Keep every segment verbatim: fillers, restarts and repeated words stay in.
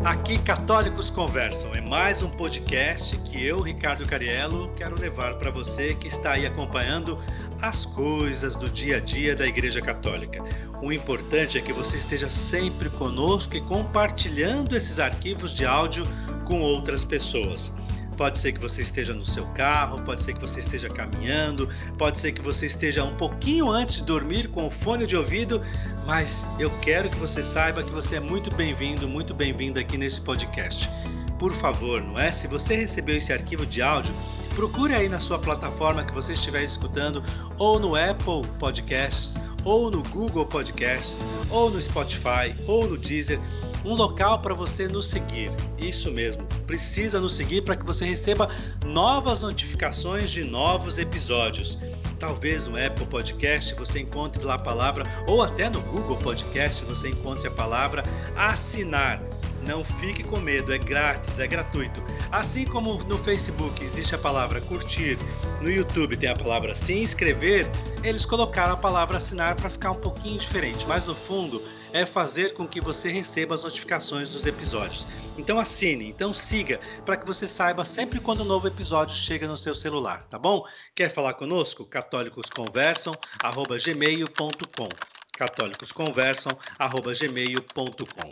Aqui Católicos Conversam, é mais um podcast que eu, Ricardo Cariello, quero levar para você que está aí acompanhando as coisas do dia a dia da Igreja Católica. O importante é que você esteja sempre conosco e compartilhando esses arquivos de áudio com outras pessoas. Pode ser que você esteja no seu carro, pode ser que você esteja caminhando, pode ser que você esteja um pouquinho antes de dormir com o fone de ouvido, mas eu quero que você saiba que você é muito bem-vindo, muito bem-vinda aqui nesse podcast. Por favor, não é? Se você recebeu esse arquivo de áudio, procure aí na sua plataforma que você estiver escutando, ou no Apple Podcasts, ou no Google Podcasts, ou no Spotify, ou no Deezer, um local para você nos seguir. Isso mesmo, precisa nos seguir para que você receba novas notificações de novos episódios. Talvez no Apple Podcast você encontre lá a palavra, ou até no Google Podcast você encontre a palavra assinar. Não fique com medo, é grátis, é gratuito. Assim como no Facebook existe a palavra curtir, no YouTube tem a palavra se inscrever, eles colocaram a palavra assinar para ficar um pouquinho diferente, mas no fundo é fazer com que você receba as notificações dos episódios. Então assine, então siga, para que você saiba sempre quando um novo episódio chega no seu celular, tá bom? Quer falar conosco? católicos conversam arroba gmail ponto com católicos conversam arroba gmail ponto com.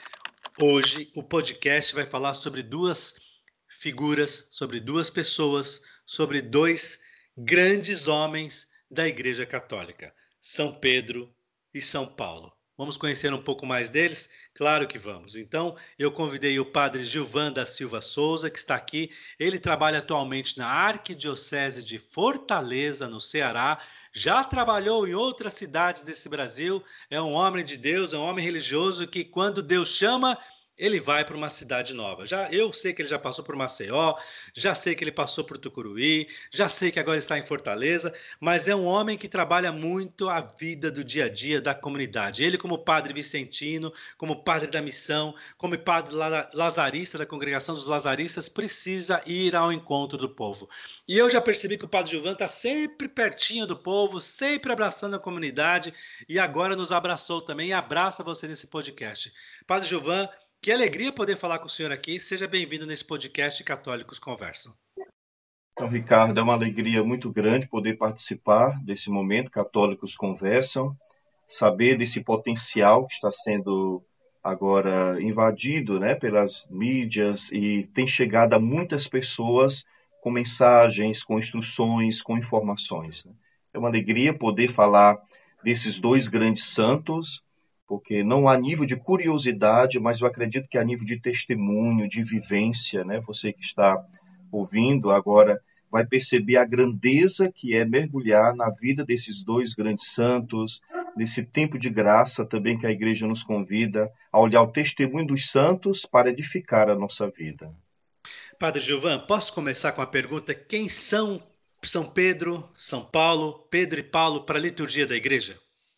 Hoje o podcast vai falar sobre duas figuras, sobre duas pessoas, sobre dois grandes homens da Igreja Católica, São Pedro e São Paulo. Vamos conhecer um pouco mais deles? Claro que vamos. Então, eu convidei o padre Gilvan da Silva Souza, que está aqui. Ele trabalha atualmente na Arquidiocese de Fortaleza, no Ceará. Já trabalhou em outras cidades desse Brasil. É um homem de Deus, é um homem religioso que, quando Deus chama, ele vai para uma cidade nova. Já, eu sei que ele já passou por Maceió, já sei que ele passou por Tucuruí, já sei que agora está em Fortaleza, mas é um homem que trabalha muito a vida do dia a dia da comunidade. Ele, como padre vicentino, como padre da missão, como padre lazarista da congregação dos lazaristas, precisa ir ao encontro do povo. E eu já percebi que o padre Gilvan está sempre pertinho do povo, sempre abraçando a comunidade, e agora nos abraçou também e abraça você nesse podcast. Padre Gilvan, que alegria poder falar com o senhor aqui. Seja bem-vindo nesse podcast Católicos Conversam. Então, Ricardo, é uma alegria muito grande poder participar desse momento Católicos Conversam, saber desse potencial que está sendo agora invadido, né, pelas mídias e tem chegado a muitas pessoas com mensagens, com instruções, com informações. É uma alegria poder falar desses dois grandes santos, porque não há nível de curiosidade, mas eu acredito que há nível de testemunho, de vivência, né? Você que está ouvindo agora vai perceber a grandeza que é mergulhar na vida desses dois grandes santos, nesse tempo de graça também que a Igreja nos convida a olhar o testemunho dos santos para edificar a nossa vida. Padre Gilvan, posso começar com a pergunta: quem são São Pedro, São Paulo, Pedro e Paulo para a liturgia da Igreja?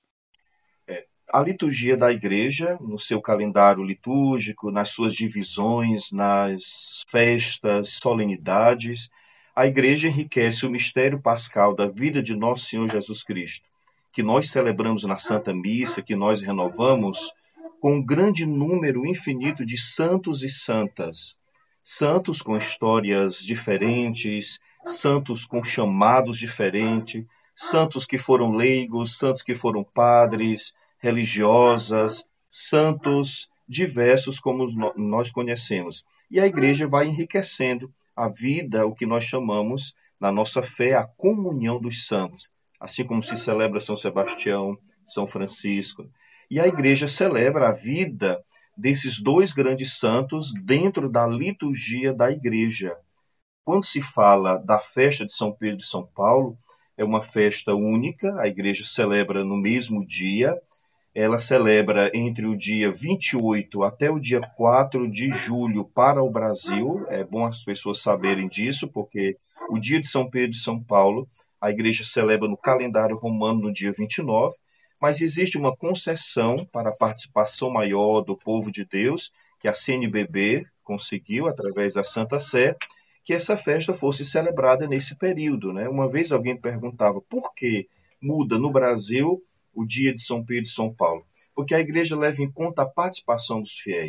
A liturgia da Igreja, no seu calendário litúrgico, nas suas divisões, nas festas, solenidades, a Igreja enriquece o mistério pascal da vida de nosso Senhor Jesus Cristo, que nós celebramos na Santa Missa, que nós renovamos, com um grande número infinito de santos e santas. Santos com histórias diferentes, santos com chamados diferentes, santos que foram leigos, santos que foram padres, religiosas, santos diversos como nós conhecemos. E a Igreja vai enriquecendo a vida, o que nós chamamos, na nossa fé, a comunhão dos santos. Assim como se celebra São Sebastião, São Francisco. E a Igreja celebra a vida desses dois grandes santos dentro da liturgia da Igreja. Quando se fala da festa de São Pedro e São Paulo, é uma festa única, a Igreja celebra no mesmo dia. Ela celebra entre o dia vinte e oito até o dia quatro de julho para o Brasil. É bom as pessoas saberem disso, porque o dia de São Pedro e São Paulo, a Igreja celebra no calendário romano no dia vinte e nove, mas existe uma concessão para a participação maior do povo de Deus, que a C N B B conseguiu, através da Santa Sé, que essa festa fosse celebrada nesse período, né? Uma vez alguém perguntava por que muda no Brasil o dia de São Pedro e São Paulo, porque a Igreja leva em conta a participação dos fiéis.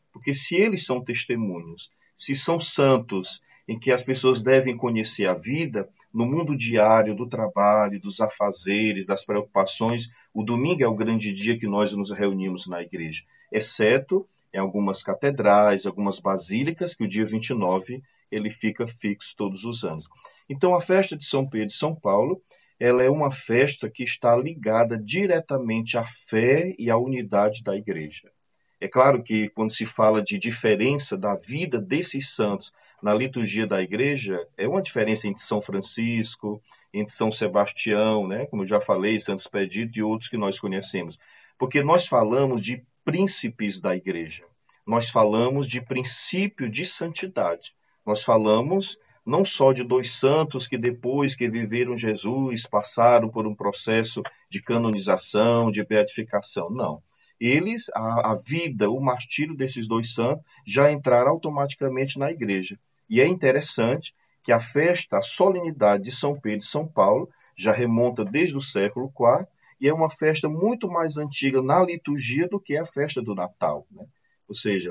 Porque se eles são testemunhos, se são santos em que as pessoas devem conhecer a vida, no mundo diário do trabalho, dos afazeres, das preocupações, o domingo é o grande dia que nós nos reunimos na igreja, exceto em algumas catedrais, algumas basílicas, que o dia vinte e nove ele fica fixo todos os anos. Então, a festa de São Pedro e São Paulo, ela é uma festa que está ligada diretamente à fé e à unidade da igreja. É claro que quando se fala de diferença da vida desses santos na liturgia da igreja, é uma diferença entre São Francisco, entre São Sebastião, né? Como eu já falei, Santo Expedito e outros que nós conhecemos. Porque nós falamos de príncipes da igreja, nós falamos de princípio de santidade, nós falamos não só de dois santos que depois que viveram Jesus passaram por um processo de canonização, de beatificação, não. Eles, a, a vida, o martírio desses dois santos já entraram automaticamente na igreja. E é interessante que a festa, a solenidade de São Pedro e São Paulo já remonta desde o século quarto e é uma festa muito mais antiga na liturgia do que a festa do Natal, né? Ou seja,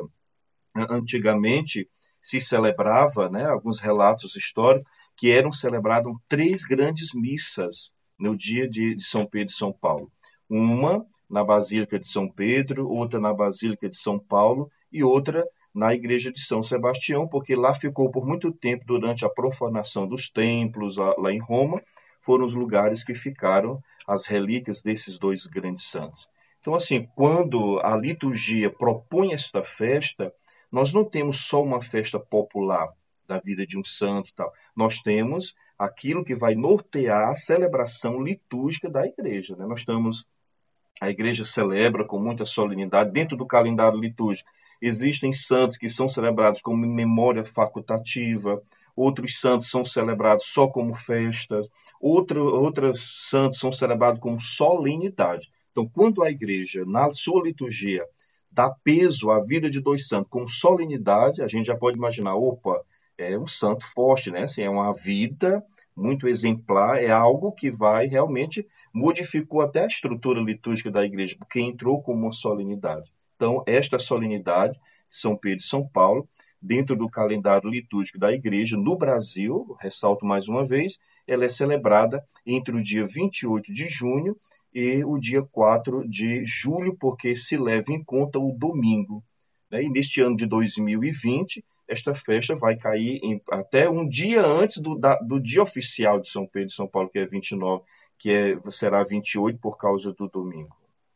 antigamente se celebrava, né, alguns relatos históricos, que eram celebradas três grandes missas no dia de, de São Pedro e São Paulo. Uma na Basílica de São Pedro, outra na Basílica de São Paulo e outra na Igreja de São Sebastião, porque lá ficou por muito tempo, durante a profanação dos templos, lá em Roma, foram os lugares que ficaram as relíquias desses dois grandes santos. Então, assim, quando a liturgia propõe esta festa, nós não temos só uma festa popular da vida de um santo e tal. Nós temos aquilo que vai nortear a celebração litúrgica da igreja, né? Nós estamos, a igreja celebra com muita solenidade dentro do calendário litúrgico. Existem santos que são celebrados como memória facultativa, outros santos são celebrados só como festas, outro, outros santos são celebrados como solenidade. Então, quando a igreja, na sua liturgia, dá peso à vida de dois santos com solenidade, a gente já pode imaginar, opa, é um santo forte, né? Assim, é uma vida muito exemplar, é algo que vai realmente modificou até a estrutura litúrgica da igreja, porque entrou como uma solenidade. Então, esta solenidade, São Pedro e São Paulo, dentro do calendário litúrgico da igreja, no Brasil, ressalto mais uma vez, ela é celebrada entre o dia vinte e oito de junho e o dia quatro de julho, porque se leva em conta o domingo, né? E neste ano de dois mil e vinte, esta festa vai cair em, até um dia antes do, da, do dia oficial de São Pedro e São Paulo, que é vinte e nove, que é, será vinte e oito por causa do domingo.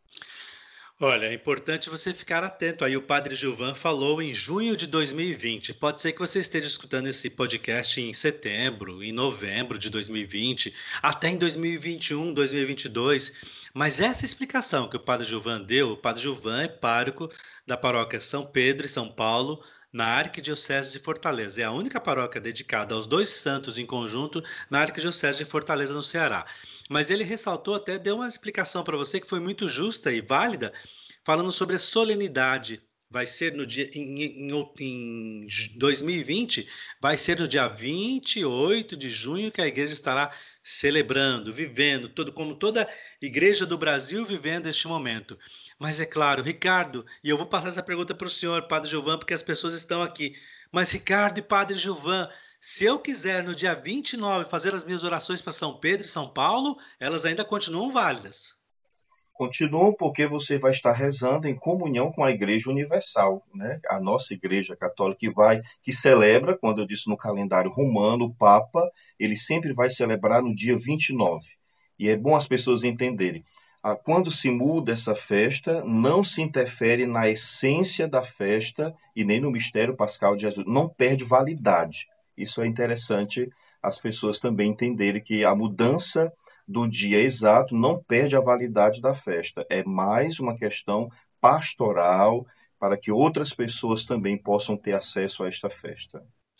Olha, é importante você ficar atento. Aí o Padre Gilvan falou em junho de dois mil e vinte. Pode ser que você esteja escutando esse podcast em setembro, em novembro de dois mil e vinte, até em dois mil e vinte e um, dois mil e vinte e dois. Mas essa explicação que o Padre Gilvan deu, o Padre Gilvan é pároco da paróquia São Pedro e São Paulo, na Arquidiocese de Fortaleza. É a única paróquia dedicada aos dois santos em conjunto na Arquidiocese de Fortaleza, no Ceará. Mas ele ressaltou, até deu uma explicação para você que foi muito justa e válida, falando sobre a solenidade. Vai ser no dia em, em, em dois mil e vinte, vai ser no dia vinte e oito de junho que a igreja estará celebrando, vivendo, todo, como toda igreja do Brasil vivendo este momento. Mas é claro, Ricardo, e eu vou passar essa pergunta para o senhor, Padre Gilvan, porque as pessoas estão aqui. Mas Ricardo e Padre Gilvan, se eu quiser no dia vinte e nove fazer as minhas orações para São Pedro e São Paulo, elas ainda continuam válidas? Continuam, porque você vai estar rezando em comunhão com a Igreja Universal, né? A nossa Igreja Católica que vai, que celebra, quando eu disse no calendário romano, o Papa, ele sempre vai celebrar no dia vinte e nove. E é bom as pessoas entenderem. Quando se muda essa festa, não se interfere na essência da festa e nem no mistério pascal de Jesus. Não perde validade. Isso é interessante as pessoas também entenderem, que a mudança do dia exato não perde a validade da festa. É mais uma questão pastoral para que outras pessoas também possam ter acesso a esta festa.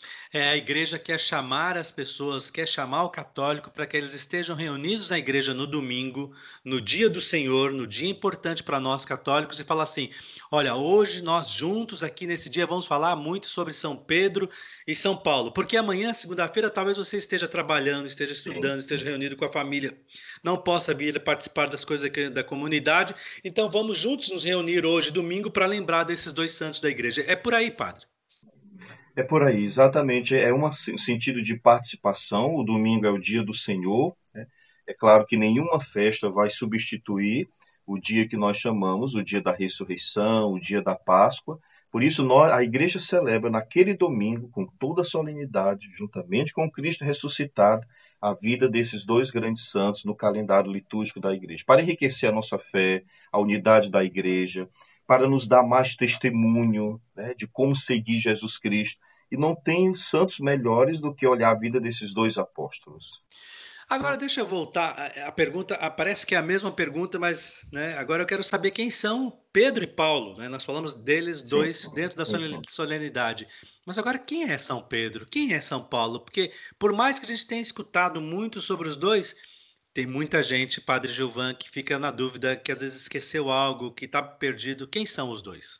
É, a igreja quer chamar as pessoas, quer chamar o católico para que eles estejam reunidos na igreja no domingo, no dia do Senhor, no dia importante para nós católicos, e falar assim: olha, hoje nós juntos aqui nesse dia vamos falar muito sobre São Pedro e São Paulo, porque amanhã, segunda-feira, talvez você esteja trabalhando, esteja Sim. estudando, esteja reunido com a família, não possa vir participar das coisas aqui da comunidade, então vamos juntos nos reunir hoje, domingo, para lembrar desses dois santos da igreja. É por aí, padre. É por aí, exatamente. É um sentido de participação. O domingo é o dia do Senhor, né? É claro que nenhuma festa vai substituir o dia que nós chamamos, o dia da ressurreição, o dia da Páscoa. Por isso, nós, a igreja celebra naquele domingo, com toda a solenidade, juntamente com Cristo ressuscitado, a vida desses dois grandes santos no calendário litúrgico da igreja, para enriquecer a nossa fé, a unidade da igreja, para nos dar mais testemunho, né, de como seguir Jesus Cristo. E não tem santos melhores do que olhar a vida desses dois apóstolos. Agora deixa eu voltar. A, a pergunta, a- parece que é a mesma pergunta, mas né, agora eu quero saber quem são Pedro e Paulo, né? Nós falamos deles Sim, dois dentro da sim, solene- sim. solenidade. Mas agora quem é São Pedro? Quem é São Paulo? Porque por mais que a gente tenha escutado muito sobre os dois, tem muita gente, Padre Gilvan, que fica na dúvida, que às vezes esqueceu algo, que está perdido. Quem são os dois?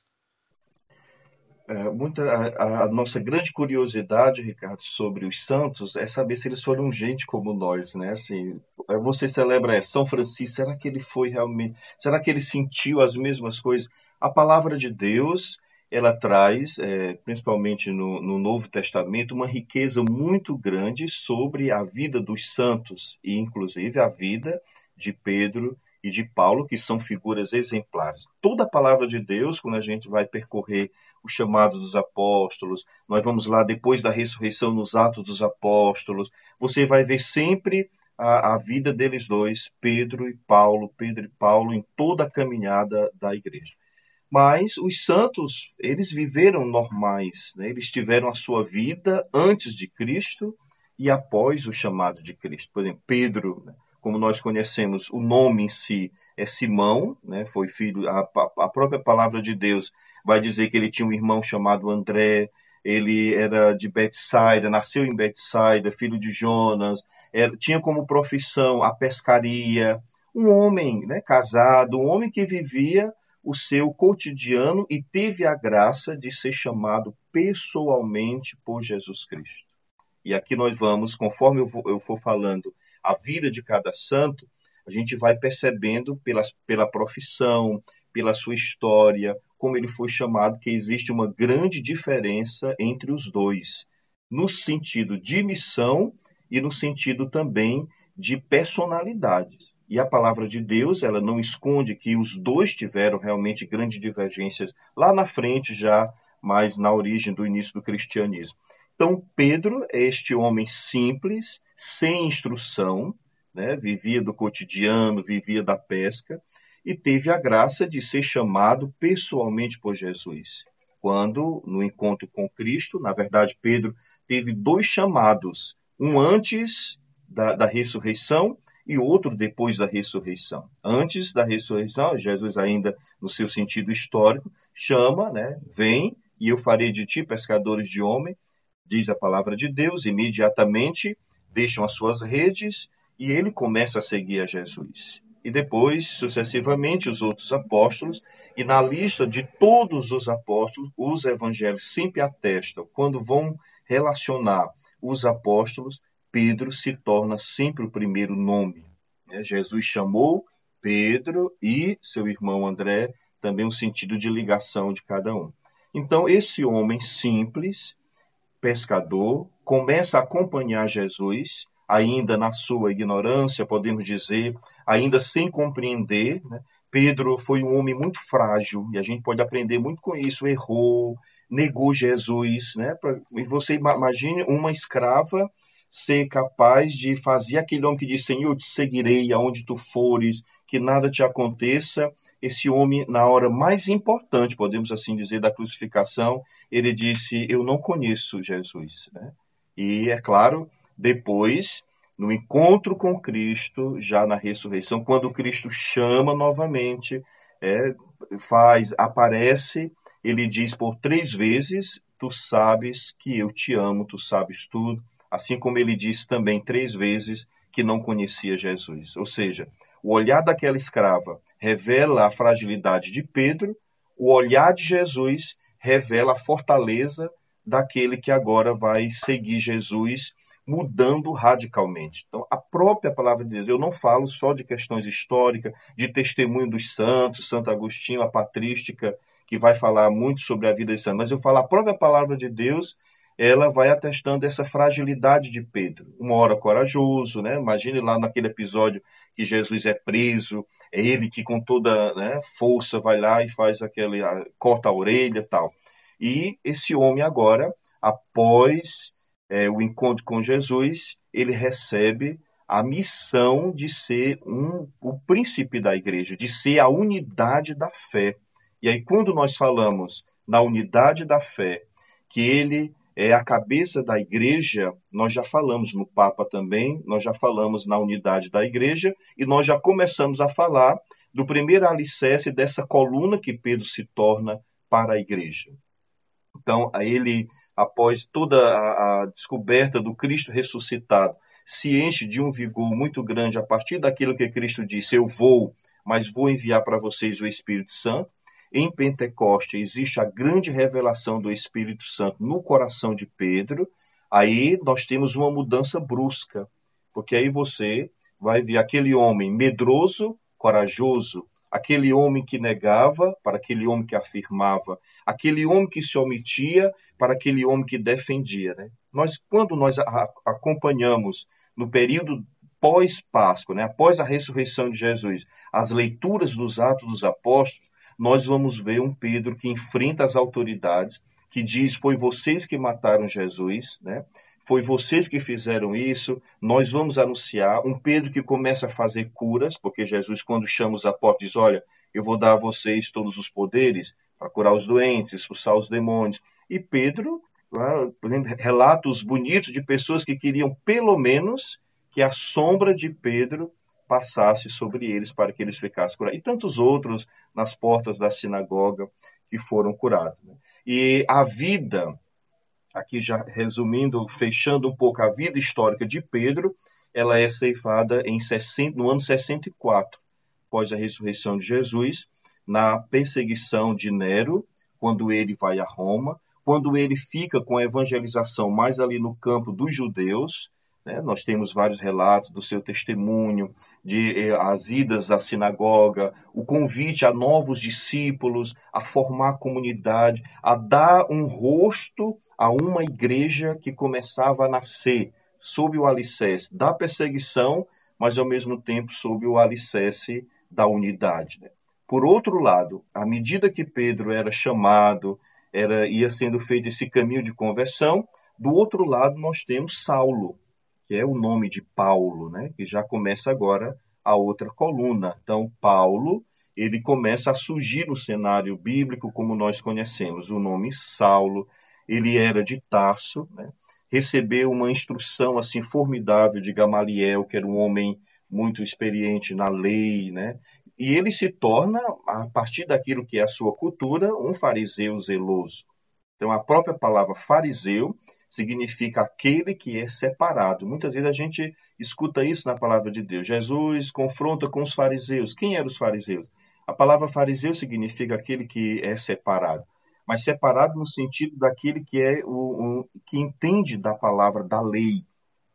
É, muita, a, a nossa grande curiosidade, Ricardo, sobre os santos é saber se eles foram gente como nós, né? Assim, é, você celebra é, São Francisco, será que ele foi realmente, será que ele sentiu as mesmas coisas? A palavra de Deus, ela traz, é, principalmente no, no Novo Testamento, uma riqueza muito grande sobre a vida dos santos, e inclusive a vida de Pedro e de Paulo, que são figuras exemplares. Toda a palavra de Deus, quando a gente vai percorrer o chamado dos apóstolos, nós vamos lá depois da ressurreição nos Atos dos Apóstolos, você vai ver sempre a, a vida deles dois, Pedro e Paulo, Pedro e Paulo, em toda a caminhada da igreja. Mas os santos, eles viveram normais, né? Eles tiveram a sua vida antes de Cristo e após o chamado de Cristo. Por exemplo, Pedro, né? Como nós conhecemos, o nome em si é Simão, né? Foi filho, a, a própria palavra de Deus vai dizer que ele tinha um irmão chamado André, ele era de Betsaida, nasceu em Betsaida, filho de Jonas, era, tinha como profissão a pescaria, um homem, né, casado, um homem que vivia o seu cotidiano e teve a graça de ser chamado pessoalmente por Jesus Cristo. E aqui nós vamos, conforme eu, vou, eu for falando a vida de cada santo, a gente vai percebendo pelas, pela profissão, pela sua história, como ele foi chamado, que existe uma grande diferença entre os dois, no sentido de missão e no sentido também de personalidades. E a palavra de Deus, ela não esconde que os dois tiveram realmente grandes divergências lá na frente, já mais na origem do início do cristianismo. Então, Pedro é este homem simples, sem instrução, né? Vivia do cotidiano, vivia da pesca, e teve a graça de ser chamado pessoalmente por Jesus. Quando, no encontro com Cristo, na verdade, Pedro teve dois chamados, um antes da, da ressurreição e outro depois da ressurreição. Antes da ressurreição, Jesus ainda, no seu sentido histórico, chama, né? Vem e eu farei de ti pescadores de homem, diz a palavra de Deus, imediatamente deixam as suas redes e ele começa a seguir a Jesus. E depois, sucessivamente, os outros apóstolos, e na lista de todos os apóstolos, os evangelhos sempre atestam, quando vão relacionar os apóstolos, Pedro se torna sempre o primeiro nome. Jesus chamou Pedro e seu irmão André, também um sentido de ligação de cada um. Então, esse homem simples, pescador, começa a acompanhar Jesus, ainda na sua ignorância, podemos dizer, ainda sem compreender, né? Pedro foi um homem muito frágil, e a gente pode aprender muito com isso, errou, negou Jesus, né? E você imagine uma escrava ser capaz de fazer aquele homem que diz, Senhor, eu te seguirei aonde tu fores, que nada te aconteça. Esse homem, na hora mais importante, podemos assim dizer, da crucificação, ele disse, eu não conheço Jesus, né? E, é claro, depois, no encontro com Cristo, já na ressurreição, quando Cristo chama novamente, é, faz, aparece, ele diz por três vezes, tu sabes que eu te amo, tu sabes tudo. Assim como ele disse também três vezes que não conhecia Jesus. Ou seja, o olhar daquela escrava revela a fragilidade de Pedro, o olhar de Jesus revela a fortaleza daquele que agora vai seguir Jesus, mudando radicalmente. Então, a própria palavra de Deus, eu não falo só de questões históricas, de testemunho dos santos, Santo Agostinho, a patrística, que vai falar muito sobre a vida de santo, mas eu falo a própria palavra de Deus, ela vai atestando essa fragilidade de Pedro. Uma hora corajoso, né? Imagine lá naquele episódio que Jesus é preso, é ele que com toda, né, força vai lá e faz aquele, corta a orelha e tal. E esse homem agora, após é, o encontro com Jesus, ele recebe a missão de ser um, o príncipe da igreja, de ser a unidade da fé. E aí, quando nós falamos na unidade da fé, que ele é a cabeça da igreja, nós já falamos no Papa também, nós já falamos na unidade da igreja, e nós já começamos a falar do primeiro alicerce dessa coluna que Pedro se torna para a igreja. Então, ele, após toda a, a descoberta do Cristo ressuscitado, se enche de um vigor muito grande a partir daquilo que Cristo disse: eu vou, mas vou enviar para vocês o Espírito Santo. Em Pentecoste existe a grande revelação do Espírito Santo no coração de Pedro. Aí nós temos uma mudança brusca, porque aí você vai ver aquele homem medroso, corajoso, aquele homem que negava para aquele homem que afirmava, aquele homem que se omitia para aquele homem que defendia, né? Nós, quando nós a, acompanhamos no período pós-Páscoa, né, após a ressurreição de Jesus, as leituras dos Atos dos Apóstolos, nós vamos ver um Pedro que enfrenta as autoridades, que diz: foi vocês que mataram Jesus, né? Foi vocês que fizeram isso, nós vamos anunciar. Um Pedro que começa a fazer curas, porque Jesus, quando chama os apóstolos, diz: olha, eu vou dar a vocês todos os poderes para curar os doentes, expulsar os demônios. E Pedro, por exemplo, relatos bonitos de pessoas que queriam, pelo menos, que a sombra de Pedro passasse sobre eles para que eles ficassem curados. E tantos outros nas portas da sinagoga que foram curados. E a vida, aqui já resumindo, fechando um pouco a vida histórica de Pedro, ela é ceifada em sessenta, no ano sessenta e quatro, após a ressurreição de Jesus, na perseguição de Nero, quando ele vai a Roma, quando ele fica com a evangelização mais ali no campo dos judeus, né? Nós temos vários relatos do seu testemunho, de eh, as idas à sinagoga, o convite a novos discípulos, a formar comunidade, a dar um rosto a uma igreja que começava a nascer sob o alicerce da perseguição, mas ao mesmo tempo sob o alicerce da unidade, né? Por outro lado, à medida que Pedro era chamado, era, ia sendo feito esse caminho de conversão, do outro lado nós temos Saulo, que é o nome de Paulo, né? Que já começa agora a outra coluna. Então, Paulo, ele começa a surgir no cenário bíblico como nós conhecemos. O nome Saulo, ele era de Tarso, né? Recebeu uma instrução assim formidável de Gamaliel, que era um homem muito experiente na lei, né? E ele se torna, a partir daquilo que é a sua cultura, um fariseu zeloso. Então, a própria palavra fariseu significa aquele que é separado. Muitas vezes a gente escuta isso na palavra de Deus. Jesus confronta com os fariseus. Quem eram os fariseus? A palavra fariseu significa aquele que é separado. Mas separado no sentido daquele que é o, o que entende da palavra, da lei,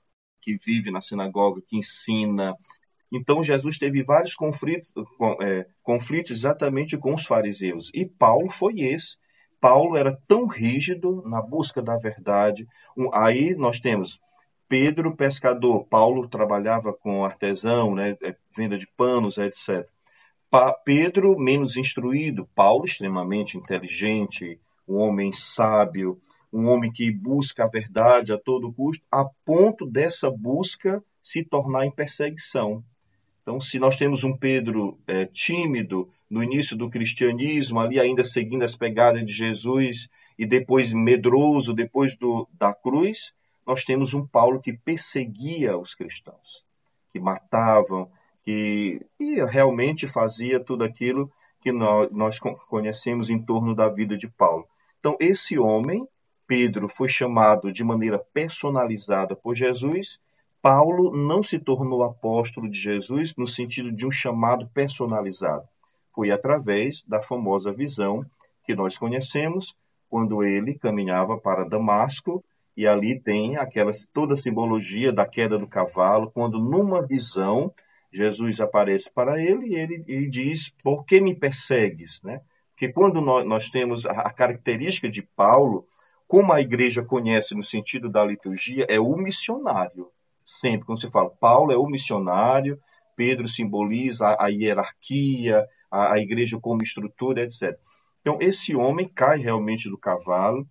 que vive na sinagoga, que ensina. Então, Jesus teve vários conflitos, é, conflitos exatamente com os fariseus. E Paulo foi esse. Paulo era tão rígido na busca da verdade. Um, aí nós temos Pedro, pescador. Paulo trabalhava com artesão, né, venda de panos, etcétera. Pa- Pedro, menos instruído. Paulo, extremamente inteligente, um homem sábio, um homem que busca a verdade a todo custo, a ponto dessa busca se tornar em perseguição. Então, se nós temos um Pedro é, tímido no início do cristianismo, ali ainda seguindo as pegadas de Jesus, e depois medroso, depois do, da cruz, nós temos um Paulo que perseguia os cristãos, que matavam, que e realmente fazia tudo aquilo que nós, nós conhecemos em torno da vida de Paulo. Então, esse homem, Pedro foi chamado de maneira personalizada por Jesus, Paulo não se tornou apóstolo de Jesus no sentido de um chamado personalizado. Foi através da famosa visão que nós conhecemos, quando ele caminhava para Damasco, e ali tem aquela toda a simbologia da queda do cavalo, quando numa visão Jesus aparece para ele e ele, ele diz: por que me persegues? Né? Porque quando nós, nós temos a, a característica de Paulo, como a igreja conhece no sentido da liturgia, é o missionário. Sempre, quando se fala Paulo é o missionário, Pedro simboliza a, a hierarquia, a, a igreja como estrutura, etcétera. Então, esse homem cai realmente do cavalo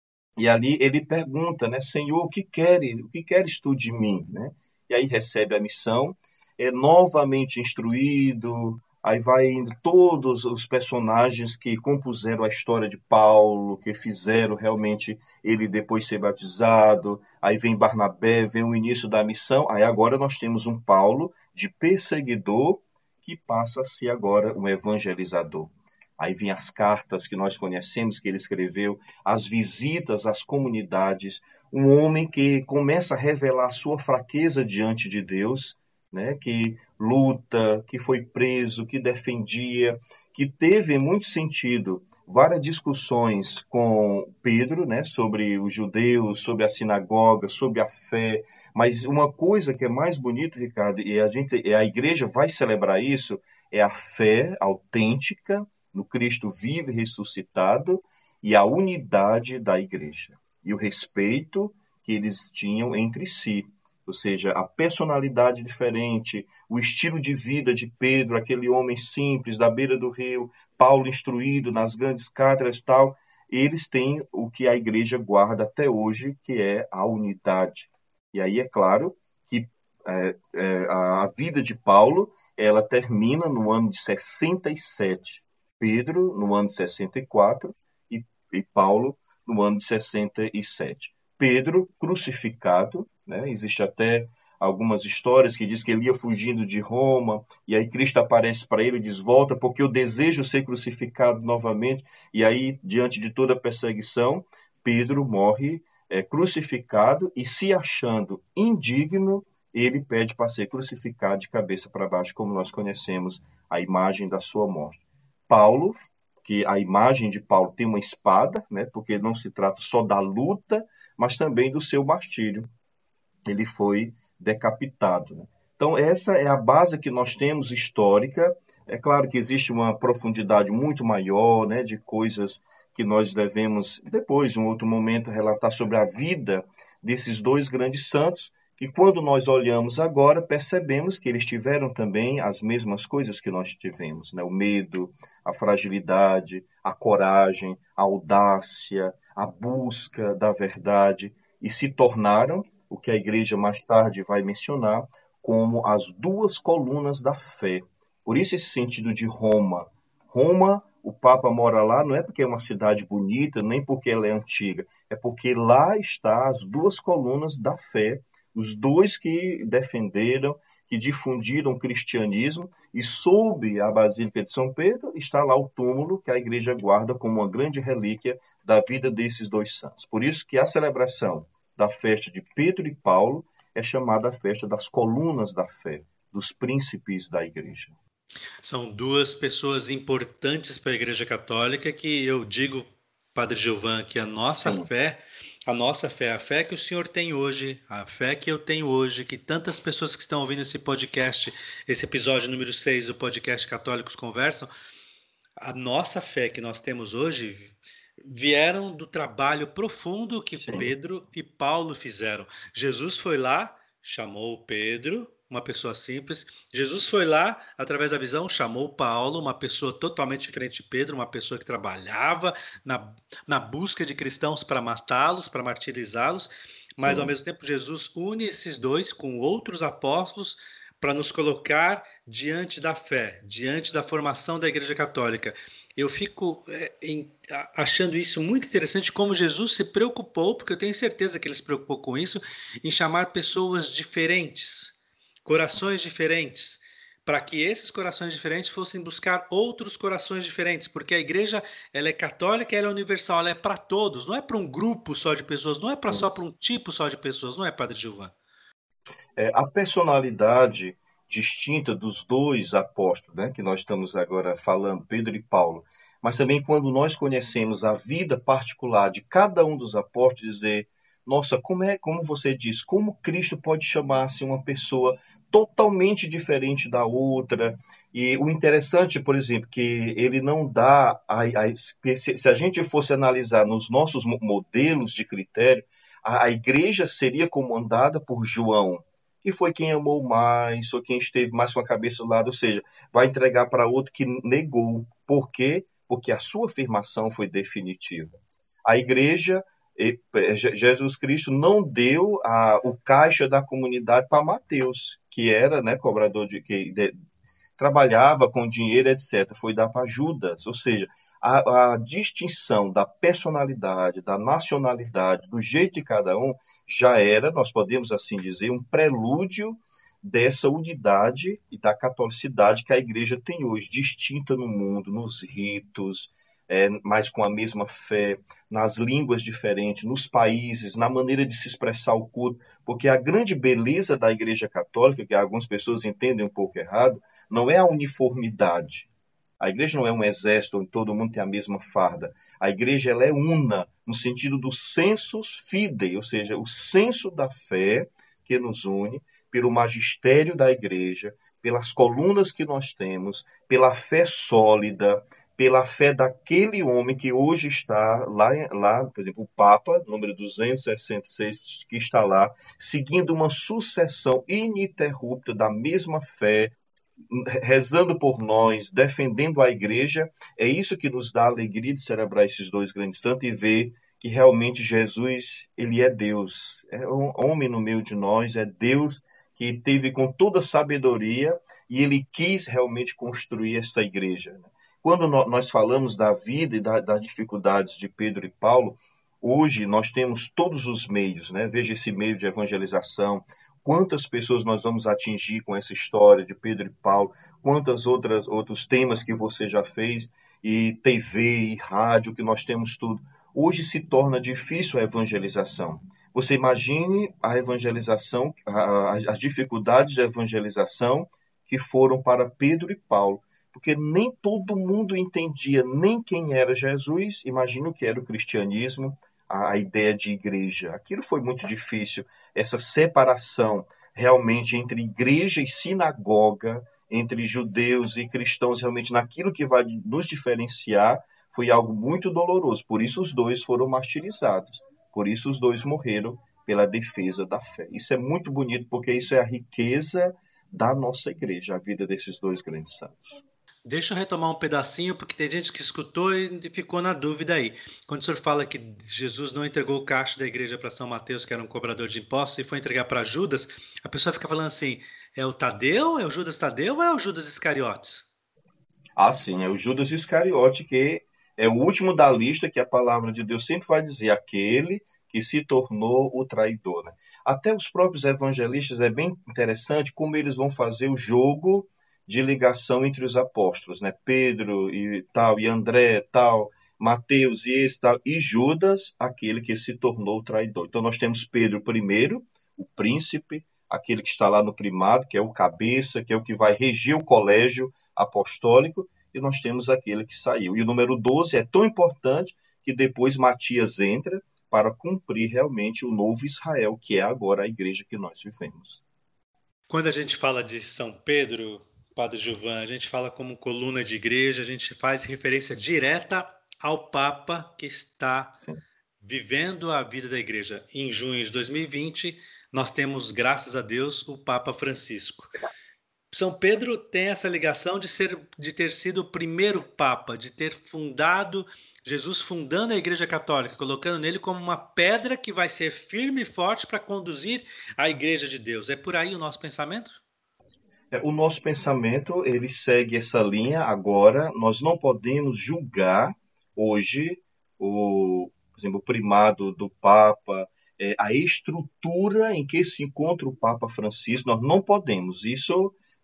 e ali ele pergunta, né, Senhor, o que queres, o que queres tu de mim? Né? E aí recebe a missão, é novamente instruído, aí vai indo todos os personagens que compuseram a história de Paulo, que fizeram realmente ele depois ser batizado, aí vem Barnabé, vem o início da missão, aí agora nós temos um Paulo de perseguidor que passa a ser agora um evangelizador. Aí vem as cartas que nós conhecemos que ele escreveu, as visitas às comunidades, um homem que começa a revelar sua fraqueza diante de Deus, né, que luta, que foi preso, que defendia, que teve, em muito sentido, várias discussões com Pedro, né, sobre os judeus, sobre a sinagoga, sobre a fé. Mas uma coisa que é mais bonito, Ricardo, e a gente, e a igreja vai celebrar isso, é a fé autêntica no Cristo vivo e ressuscitado e a unidade da igreja e o respeito que eles tinham entre si. Ou seja, a personalidade diferente, o estilo de vida de Pedro, aquele homem simples da beira do rio, Paulo instruído nas grandes cátedras e tal, eles têm o que a igreja guarda até hoje, que é a unidade. E aí é claro que é, é, a vida de Paulo, ela termina no ano de sessenta e sete, Pedro no ano de sessenta e quatro e, e Paulo no ano de sessenta e sete. Pedro crucificado, né? Existe até algumas histórias que diz que ele ia fugindo de Roma e aí Cristo aparece para ele e diz: volta porque eu desejo ser crucificado novamente. E aí, diante de toda a perseguição, Pedro morre é, crucificado e, se achando indigno, ele pede para ser crucificado de cabeça para baixo, como nós conhecemos a imagem da sua morte. Paulo, que a imagem de Paulo tem uma espada, né, porque não se trata só da luta, mas também do seu martírio. Ele foi decapitado. Né? Então, essa é a base que nós temos histórica. É claro que existe uma profundidade muito maior, né, de coisas que nós devemos, depois, em um outro momento, relatar sobre a vida desses dois grandes santos, que quando nós olhamos agora, percebemos que eles tiveram também as mesmas coisas que nós tivemos, né? O medo, a fragilidade, a coragem, a audácia, a busca da verdade, e se tornaram, o que a igreja mais tarde vai mencionar, como as duas colunas da fé. Por isso esse sentido de Roma. Roma, o Papa mora lá, não é porque é uma cidade bonita, nem porque ela é antiga, é porque lá está as duas colunas da fé, os dois que defenderam, que difundiram o cristianismo, e sob a Basílica de São Pedro está lá o túmulo que a igreja guarda como uma grande relíquia da vida desses dois santos. Por isso que a celebração da festa de Pedro e Paulo é chamada a festa das colunas da fé, dos príncipes da igreja. São duas pessoas importantes para a Igreja Católica que eu digo, Padre Gilvan, que a nossa Sim. fé, a nossa fé, a fé que o senhor tem hoje, a fé que eu tenho hoje, que tantas pessoas que estão ouvindo esse podcast, esse episódio número seis do podcast Católicos Conversam, a nossa fé que nós temos hoje vieram do trabalho profundo que Sim. Pedro e Paulo fizeram. Jesus foi lá, chamou Pedro, uma pessoa simples. Jesus foi lá, através da visão, chamou Paulo, uma pessoa totalmente diferente de Pedro, uma pessoa que trabalhava na, na busca de cristãos para matá-los, para martirizá-los. Mas, Sim. ao mesmo tempo, Jesus une esses dois com outros apóstolos para nos colocar diante da fé, diante da formação da Igreja Católica. Eu fico é, em, achando isso muito interessante, como Jesus se preocupou, porque eu tenho certeza que ele se preocupou com isso, em chamar pessoas diferentes, corações diferentes, para que esses corações diferentes fossem buscar outros corações diferentes, porque a igreja ela é católica, ela é universal, ela é para todos, não é para um grupo só de pessoas, não é para só para um tipo só de pessoas, não é, Padre Gilvan? É, a personalidade distinta dos dois apóstolos, né, que nós estamos agora falando, Pedro e Paulo, mas também quando nós conhecemos a vida particular de cada um dos apóstolos, dizer, nossa, como é, como você diz, como Cristo pode chamar-se uma pessoa totalmente diferente da outra? E o interessante, por exemplo, que ele não dá, a, a, se, se a gente fosse analisar nos nossos modelos de critério, a, a igreja seria comandada por João, que foi quem amou mais, ou quem esteve mais com a cabeça do lado, ou seja, vai entregar para outro que negou. Por quê? Porque a sua afirmação foi definitiva. A igreja, Jesus Cristo não deu a, o caixa da comunidade para Mateus, que era, né, cobrador de, que de, trabalhava com dinheiro, etcétera. Foi dar para Judas, ou seja, a, a distinção da personalidade, da nacionalidade, do jeito de cada um, já era, nós podemos assim dizer, um prelúdio dessa unidade e da catolicidade que a igreja tem hoje, distinta no mundo, nos ritos, é, mas com a mesma fé, nas línguas diferentes, nos países, na maneira de se expressar o culto, porque a grande beleza da igreja católica, que algumas pessoas entendem um pouco errado, não é a uniformidade. A igreja não é um exército onde todo mundo tem a mesma farda. A igreja ela é una, no sentido do sensus fidei, ou seja, o senso da fé que nos une, pelo magistério da igreja, pelas colunas que nós temos, pela fé sólida, pela fé daquele homem que hoje está lá, lá, por exemplo, o Papa, número duzentos e sessenta e seis, que está lá, seguindo uma sucessão ininterrupta da mesma fé, rezando por nós, defendendo a igreja. É isso que nos dá a alegria de celebrar esses dois grandes santos e ver que realmente Jesus, ele é Deus, é um homem no meio de nós, é Deus que teve com toda sabedoria e ele quis realmente construir esta igreja. Quando nós falamos da vida e das dificuldades de Pedro e Paulo, hoje nós temos todos os meios, né? Veja esse meio de evangelização, quantas pessoas nós vamos atingir com essa história de Pedro e Paulo, quantas outras outros temas que você já fez, e T V, e rádio, que nós temos tudo. Hoje se torna difícil a evangelização. Você imagine a evangelização, as dificuldades de evangelização que foram para Pedro e Paulo, porque nem todo mundo entendia nem quem era Jesus, imagina o que era o cristianismo, a ideia de igreja. Aquilo foi muito difícil, essa separação realmente entre igreja e sinagoga, entre judeus e cristãos, realmente naquilo que vai nos diferenciar, foi algo muito doloroso. Por isso os dois foram martirizados, por isso os dois morreram pela defesa da fé. Isso é muito bonito, porque isso é a riqueza da nossa igreja, a vida desses dois grandes santos. Deixa eu retomar um pedacinho, porque tem gente que escutou e ficou na dúvida aí. Quando o senhor fala que Jesus não entregou o caixa da igreja para São Mateus, que era um cobrador de impostos, e foi entregar para Judas, a pessoa fica falando assim, é o Tadeu, é o Judas Tadeu ou é o Judas Iscariotes? Ah, sim, é o Judas Iscariote, que é o último da lista, que a palavra de Deus sempre vai dizer, aquele que se tornou o traidor. Né? Até os próprios evangelistas, é bem interessante como eles vão fazer o jogo de ligação entre os apóstolos, né? Pedro e tal, e André tal, Mateus e esse tal, e Judas, aquele que se tornou o traidor. Então nós temos Pedro primeiro, o príncipe, aquele que está lá no primado, que é o cabeça, que é o que vai regir o colégio apostólico, e nós temos aquele que saiu. E o número doze é tão importante que depois Matias entra para cumprir realmente o novo Israel, que é agora a igreja que nós vivemos. Quando a gente fala de São Pedro, Padre Gilvan, a gente fala como coluna de igreja, a gente faz referência direta ao Papa que está Sim. vivendo a vida da igreja. Em junho de dois mil e vinte, nós temos, graças a Deus, o Papa Francisco. São Pedro tem essa ligação de, ser, de ter sido o primeiro Papa, de ter fundado, Jesus fundando a Igreja Católica, colocando nele como uma pedra que vai ser firme e forte para conduzir a Igreja de Deus. É por aí o nosso pensamento? É, o nosso pensamento, ele segue essa linha. Agora, nós não podemos julgar hoje o, por exemplo, o primado do Papa, é, a estrutura em que se encontra o Papa Francisco. Nós não podemos. Isso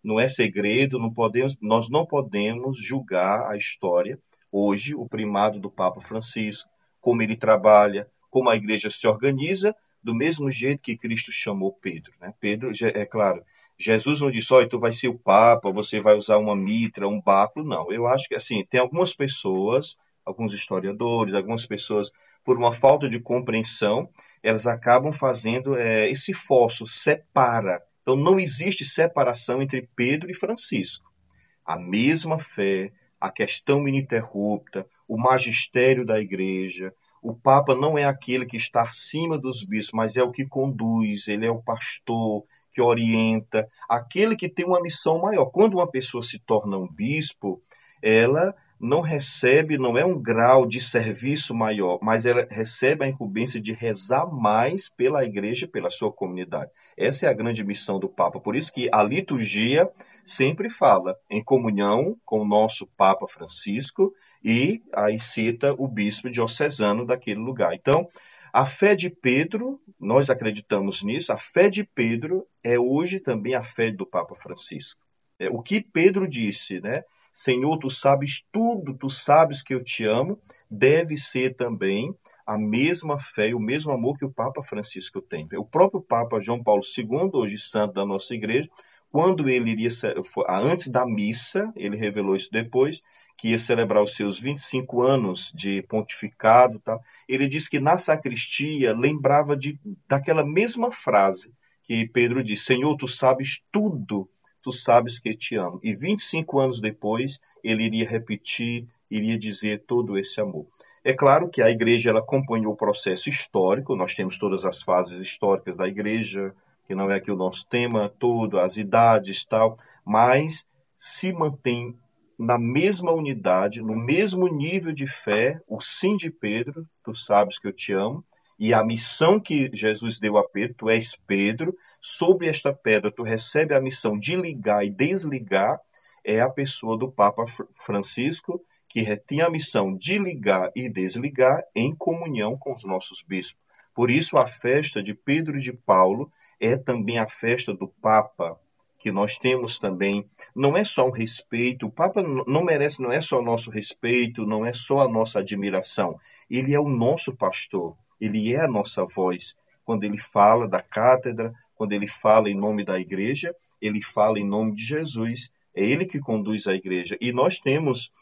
não é segredo, não podemos, nós não podemos julgar a história. Hoje, o primado do Papa Francisco, como ele trabalha, como a igreja se organiza, do mesmo jeito que Cristo chamou Pedro. Né? Pedro, é claro, Jesus não disse, olha, tu vai ser o Papa, você vai usar uma mitra, um báculo. Não, eu acho que assim, tem algumas pessoas, alguns historiadores, algumas pessoas, por uma falta de compreensão, elas acabam fazendo é, esse fosso, separa. Então, não existe separação entre Pedro e Francisco. A mesma fé, a questão ininterrupta, o magistério da igreja. O Papa não é aquele que está acima dos bispos, mas é o que conduz, ele é o pastor que orienta, aquele que tem uma missão maior. Quando uma pessoa se torna um bispo, ela não recebe, não é um grau de serviço maior, mas ela recebe a incumbência de rezar mais pela igreja e pela sua comunidade. Essa é a grande missão do Papa. Por isso que a liturgia sempre fala em comunhão com o nosso Papa Francisco e aí cita o bispo diocesano daquele lugar. Então, a fé de Pedro, nós acreditamos nisso, a fé de Pedro é hoje também a fé do Papa Francisco. É, o que Pedro disse, né? Senhor, tu sabes tudo, tu sabes que eu te amo, deve ser também a mesma fé e o mesmo amor que o Papa Francisco tem. O próprio Papa João Paulo segundo, hoje santo da nossa igreja, quando ele iria, antes da missa, ele revelou isso depois, que ia celebrar os seus vinte e cinco anos de pontificado, tá? Ele disse que na sacristia lembrava de, daquela mesma frase que Pedro disse, Senhor, tu sabes tudo, tu sabes que te amo. E vinte e cinco anos depois, ele iria repetir, iria dizer todo esse amor. É claro que a igreja ela acompanhou o processo histórico, nós temos todas as fases históricas da igreja, que não é aqui o nosso tema todo, as idades e tal, mas se mantém na mesma unidade, no mesmo nível de fé, o sim de Pedro, tu sabes que eu te amo, e a missão que Jesus deu a Pedro, tu és Pedro, sobre esta pedra tu recebe a missão de ligar e desligar, é a pessoa do Papa Francisco, que tinha a missão de ligar e desligar em comunhão com os nossos bispos. Por isso, a festa de Pedro e de Paulo é também a festa do Papa, que nós temos também. Não é só um respeito, o Papa não merece, não é só o nosso respeito, não é só a nossa admiração. Ele é o nosso pastor, ele é a nossa voz. Quando ele fala da cátedra, quando ele fala em nome da igreja, ele fala em nome de Jesus. É ele que conduz a igreja. E nós temos,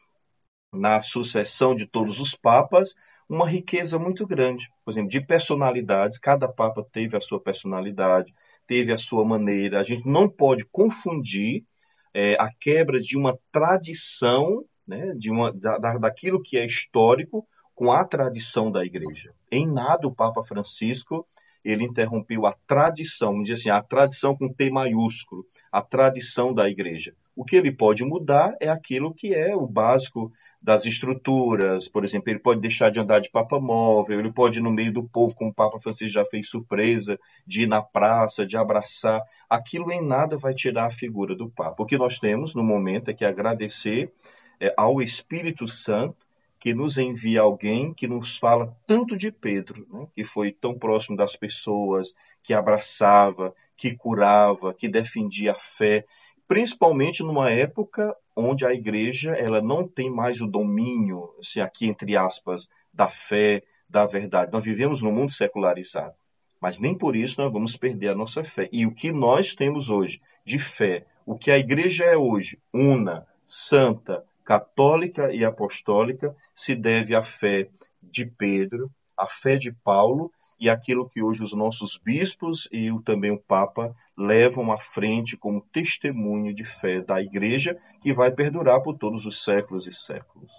na sucessão de todos os papas, uma riqueza muito grande. Por exemplo, de personalidades, cada papa teve a sua personalidade, teve a sua maneira. A gente não pode confundir é, a quebra de uma tradição, né, de uma, da, daquilo que é histórico, com a tradição da igreja. Em nada o Papa Francisco ele interrompeu a tradição, vamos dizer assim, a tradição com T maiúsculo, a tradição da igreja. O que ele pode mudar é aquilo que é o básico das estruturas. Por exemplo, ele pode deixar de andar de papa móvel, ele pode ir no meio do povo, como o Papa Francisco já fez surpresa, de ir na praça, de abraçar. Aquilo em nada vai tirar a figura do Papa. O que nós temos no momento é que agradecer é, ao Espírito Santo, que nos envia alguém que nos fala tanto de Pedro, né? Que foi tão próximo das pessoas, que abraçava, que curava, que defendia a fé, principalmente numa época onde a igreja ela não tem mais o domínio, assim, aqui entre aspas, da fé, da verdade. Nós vivemos num mundo secularizado, mas nem por isso nós vamos perder a nossa fé. E o que nós temos hoje de fé, o que a igreja é hoje, una, santa, católica e apostólica, se deve à fé de Pedro, à fé de Paulo e aquilo que hoje os nossos bispos e o, também o Papa levam à frente como testemunho de fé da Igreja, que vai perdurar por todos os séculos e séculos.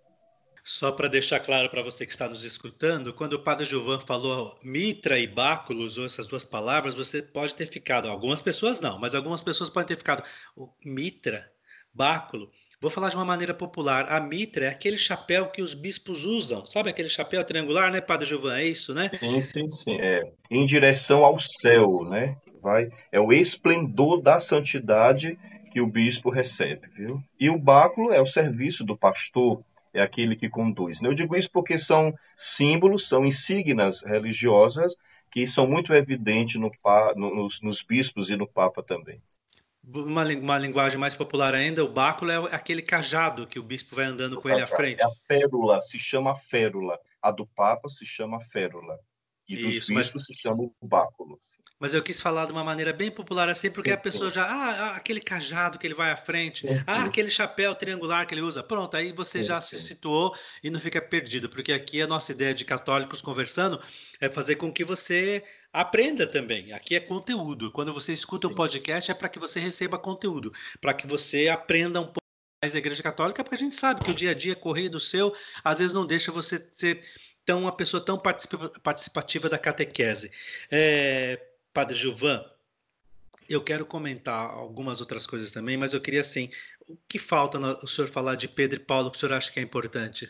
Só para deixar claro para você que está nos escutando, quando o Padre Gilvan falou mitra e báculo, usou essas duas palavras, você pode ter ficado, algumas pessoas não, mas algumas pessoas podem ter ficado, mitra, báculo. Vou falar de uma maneira popular. A mitra é aquele chapéu que os bispos usam. Sabe aquele chapéu triangular, né, Padre Gilvan? É isso, né? Sim, sim, sim. É. Em direção ao céu, né? Vai, é o esplendor da santidade que o bispo recebe, viu? E o báculo é o serviço do pastor, é aquele que conduz. Eu digo isso porque são símbolos, são insígnias religiosas que são muito evidentes no, nos, nos bispos e no Papa também. Uma, lin- uma linguagem mais popular ainda, o báculo é aquele cajado que o bispo vai andando O com ele à cajado. É frente. a férula, se chama férula. A do Papa se chama férula. E dos Isso, mas bispos se chama o báculo. Mas eu quis falar de uma maneira bem popular assim, porque a Sim, pessoa sim. já, ah, ah, aquele cajado que ele vai à frente, Sim, ah, sim. aquele chapéu triangular que ele usa. Pronto, aí você Sim, já se sim. situou e não fica perdido, porque aqui a nossa ideia de católicos conversando é fazer com que você aprenda também. Aqui é conteúdo. Quando você escuta o Sim. podcast é para que você receba conteúdo, para que você aprenda um pouco mais da Igreja Católica, porque a gente sabe que o dia a dia corrido seu às vezes não deixa você ser tão uma pessoa tão participa- participativa da catequese. É, Padre Gilvan, eu quero comentar algumas outras coisas também, mas eu queria assim, o que falta no, o senhor falar de Pedro e Paulo que o senhor acha que é importante?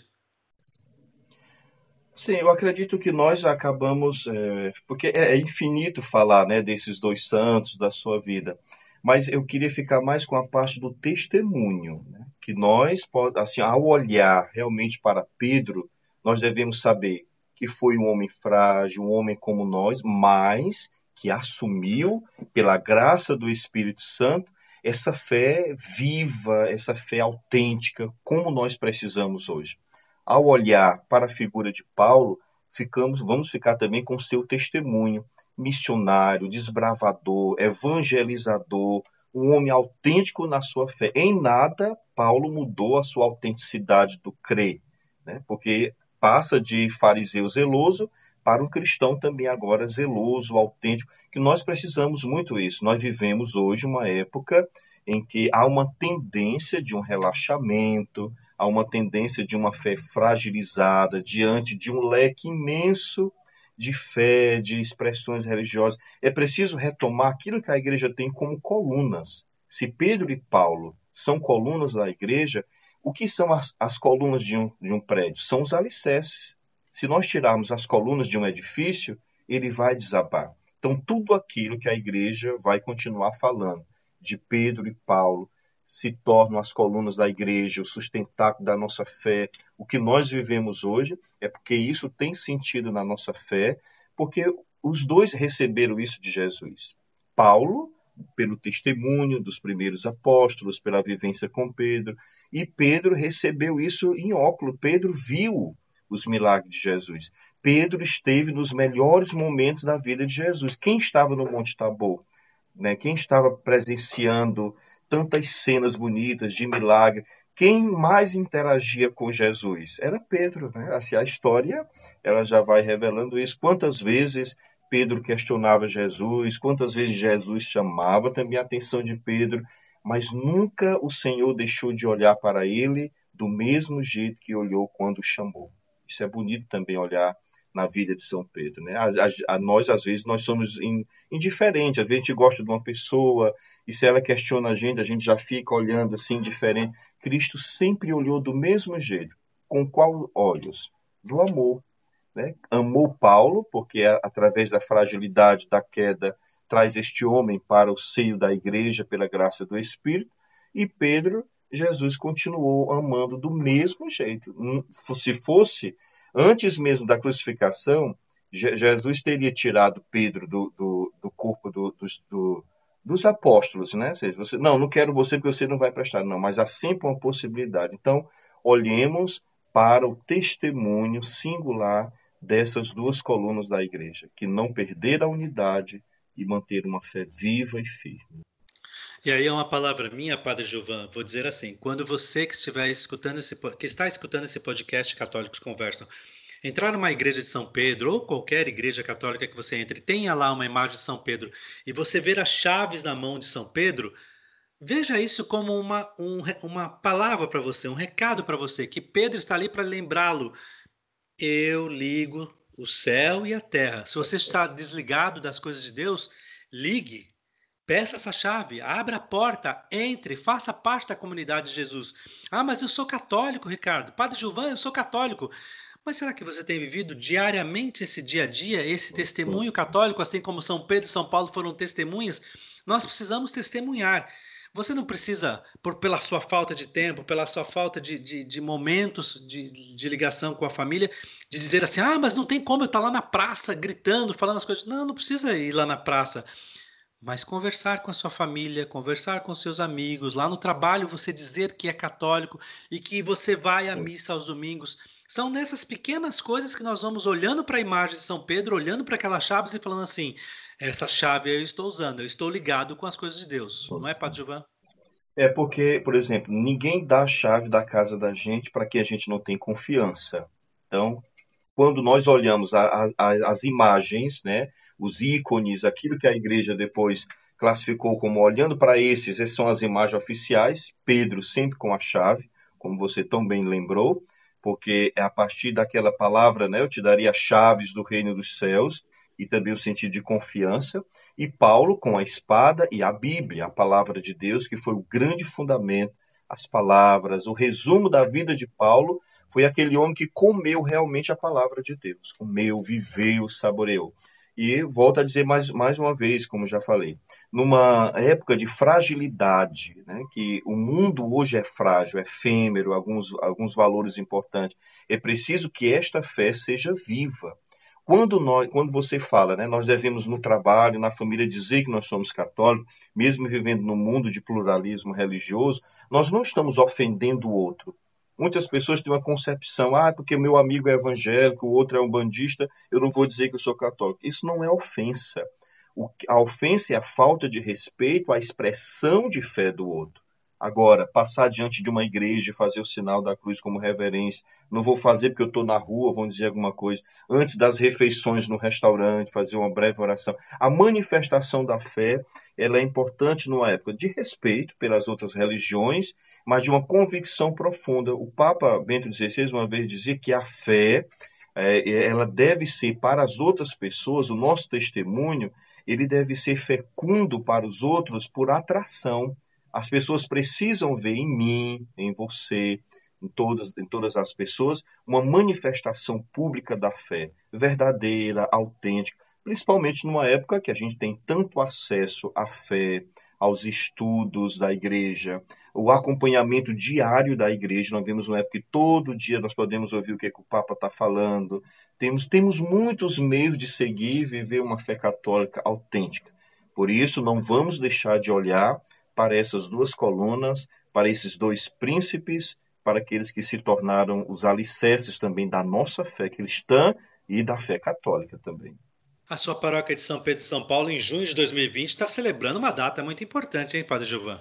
Sim, eu acredito que nós acabamos, é, porque é, é infinito falar, né, desses dois santos, da sua vida, mas eu queria ficar mais com a parte do testemunho, né, que nós, po- assim, ao olhar realmente para Pedro, nós devemos saber que foi um homem frágil, um homem como nós, mas que assumiu, pela graça do Espírito Santo, essa fé viva, essa fé autêntica, como nós precisamos hoje. Ao olhar para a figura de Paulo, ficamos, vamos ficar também com seu testemunho, missionário, desbravador, evangelizador, um homem autêntico na sua fé. Em nada, Paulo mudou a sua autenticidade do crer, né? Porque passa de fariseu zeloso para um cristão também agora zeloso, autêntico, que nós precisamos muito isso. Nós vivemos hoje uma época em que há uma tendência de um relaxamento, há uma tendência de uma fé fragilizada diante de um leque imenso de fé, de expressões religiosas. É preciso retomar aquilo que a igreja tem como colunas. Se Pedro e Paulo são colunas da igreja, o que são as, as colunas de um, de um prédio? São os alicerces. Se nós tirarmos as colunas de um edifício, ele vai desabar. Então, tudo aquilo que a igreja vai continuar falando, de Pedro e Paulo, se tornam as colunas da igreja, o sustentáculo da nossa fé. O que nós vivemos hoje é porque isso tem sentido na nossa fé, porque os dois receberam isso de Jesus. Paulo, pelo testemunho dos primeiros apóstolos, pela vivência com Pedro, e Pedro recebeu isso em óculos. Pedro viu os milagres de Jesus. Pedro esteve nos melhores momentos da vida de Jesus. Quem estava no Monte Tabor? Né? Quem estava presenciando tantas cenas bonitas de milagre, quem mais interagia com Jesus? Era Pedro, né? Assim, a história ela já vai revelando isso. Quantas vezes Pedro questionava Jesus, quantas vezes Jesus chamava também a atenção de Pedro, mas nunca o Senhor deixou de olhar para ele do mesmo jeito que olhou quando o chamou. Isso é bonito também olhar na vida de São Pedro, né? A, a, a nós às vezes nós somos in, indiferentes, às vezes a gente gosta de uma pessoa e se ela questiona a gente, a gente já fica olhando assim diferente. Cristo sempre olhou do mesmo jeito. Com qual olhos? Do amor, né? Amou Paulo porque através da fragilidade da queda traz este homem para o seio da igreja pela graça do Espírito e Pedro Jesus continuou amando do mesmo jeito. Se fosse antes mesmo da crucificação, Jesus teria tirado Pedro do, do, do corpo do, dos, do, dos apóstolos, né? Seja, você, não, não quero você porque você não vai prestar, não, mas há sempre uma possibilidade. Então, olhemos para o testemunho singular dessas duas colunas da igreja, que não perderam a unidade e manter uma fé viva e firme. E aí é uma palavra minha, Padre Gilvan, vou dizer assim, quando você que estiver escutando esse, que está escutando esse podcast Católicos Conversam, entrar numa igreja de São Pedro ou qualquer igreja católica que você entre, tenha lá uma imagem de São Pedro e você ver as chaves na mão de São Pedro, veja isso como uma, um, uma palavra para você, um recado para você, que Pedro está ali para lembrá-lo. Eu ligo o céu e a terra. Se você está desligado das coisas de Deus, ligue. Peça essa chave, abra a porta, entre, faça parte da comunidade de Jesus. Ah, mas eu sou católico, Ricardo. Padre Gilvan, eu sou católico. Mas será que você tem vivido diariamente esse dia a dia, esse Sim, testemunho católico, assim como São Pedro e São Paulo foram testemunhas? Nós precisamos testemunhar. Você não precisa, por, pela sua falta de tempo, pela sua falta de, de, de momentos de, de ligação com a família, de dizer assim: ah, mas não tem como eu estar lá na praça gritando, falando as coisas. Não, não precisa ir lá na praça. Mas conversar com a sua família, conversar com seus amigos, lá no trabalho você dizer que é católico e que você vai à Sim. missa aos domingos, são nessas pequenas coisas que nós vamos olhando para a imagem de São Pedro, olhando para aquelas chaves e falando assim: essa chave eu estou usando, eu estou ligado com as coisas de Deus. Sim, Não é, Padre sim. Gilvan? É porque, por exemplo, ninguém dá a chave da casa da gente para quem a gente não tem confiança. Então, quando nós olhamos a- a- a- as imagens, né, os ícones, aquilo que a igreja depois classificou como olhando para esses, essas são as imagens oficiais, Pedro sempre com a chave, como você tão bem lembrou, porque é a partir daquela palavra, né, eu te daria as chaves do reino dos céus, e também o sentido de confiança, e Paulo com a espada e a Bíblia, a palavra de Deus, que foi o grande fundamento, as palavras, o resumo da vida de Paulo foi aquele homem que comeu realmente a palavra de Deus, comeu, viveu, saboreou. E volto a dizer mais, mais uma vez, como já falei, numa época de fragilidade, né, que o mundo hoje é frágil, é efêmero, alguns, alguns valores importantes, é preciso que esta fé seja viva. Quando, nós, quando você fala, né, nós devemos no trabalho, na família, dizer que nós somos católicos, mesmo vivendo num mundo de pluralismo religioso, nós não estamos ofendendo o outro. Muitas pessoas têm uma concepção, ah, porque meu amigo é evangélico, o outro é um bandista, eu não vou dizer que eu sou católico. Isso não é ofensa. O, a ofensa é a falta de respeito à expressão de fé do outro. Agora, passar diante de uma igreja e fazer o sinal da cruz como reverência, não vou fazer porque eu estou na rua, vão dizer alguma coisa. Antes das refeições no restaurante, fazer uma breve oração. A manifestação da fé, ela é importante numa época de respeito pelas outras religiões, mas de uma convicção profunda. O Papa Bento dezesseis uma vez dizia que a fé, é, ela deve ser para as outras pessoas, o nosso testemunho, ele deve ser fecundo para os outros por atração. As pessoas precisam ver em mim, em você, em todas, em todas as pessoas, uma manifestação pública da fé, verdadeira, autêntica, principalmente numa época que a gente tem tanto acesso à fé, aos estudos da igreja, o acompanhamento diário da igreja. Nós vemos uma época que todo dia nós podemos ouvir o que, é que o Papa está falando. Temos, temos muitos meios de seguir e viver uma fé católica autêntica. Por isso, não vamos deixar de olhar para essas duas colunas, para esses dois príncipes, para aqueles que se tornaram os alicerces também da nossa fé cristã e da fé católica também. A sua paróquia de São Pedro e São Paulo, em junho de dois mil e vinte, está celebrando uma data muito importante, hein, Padre Gilvan?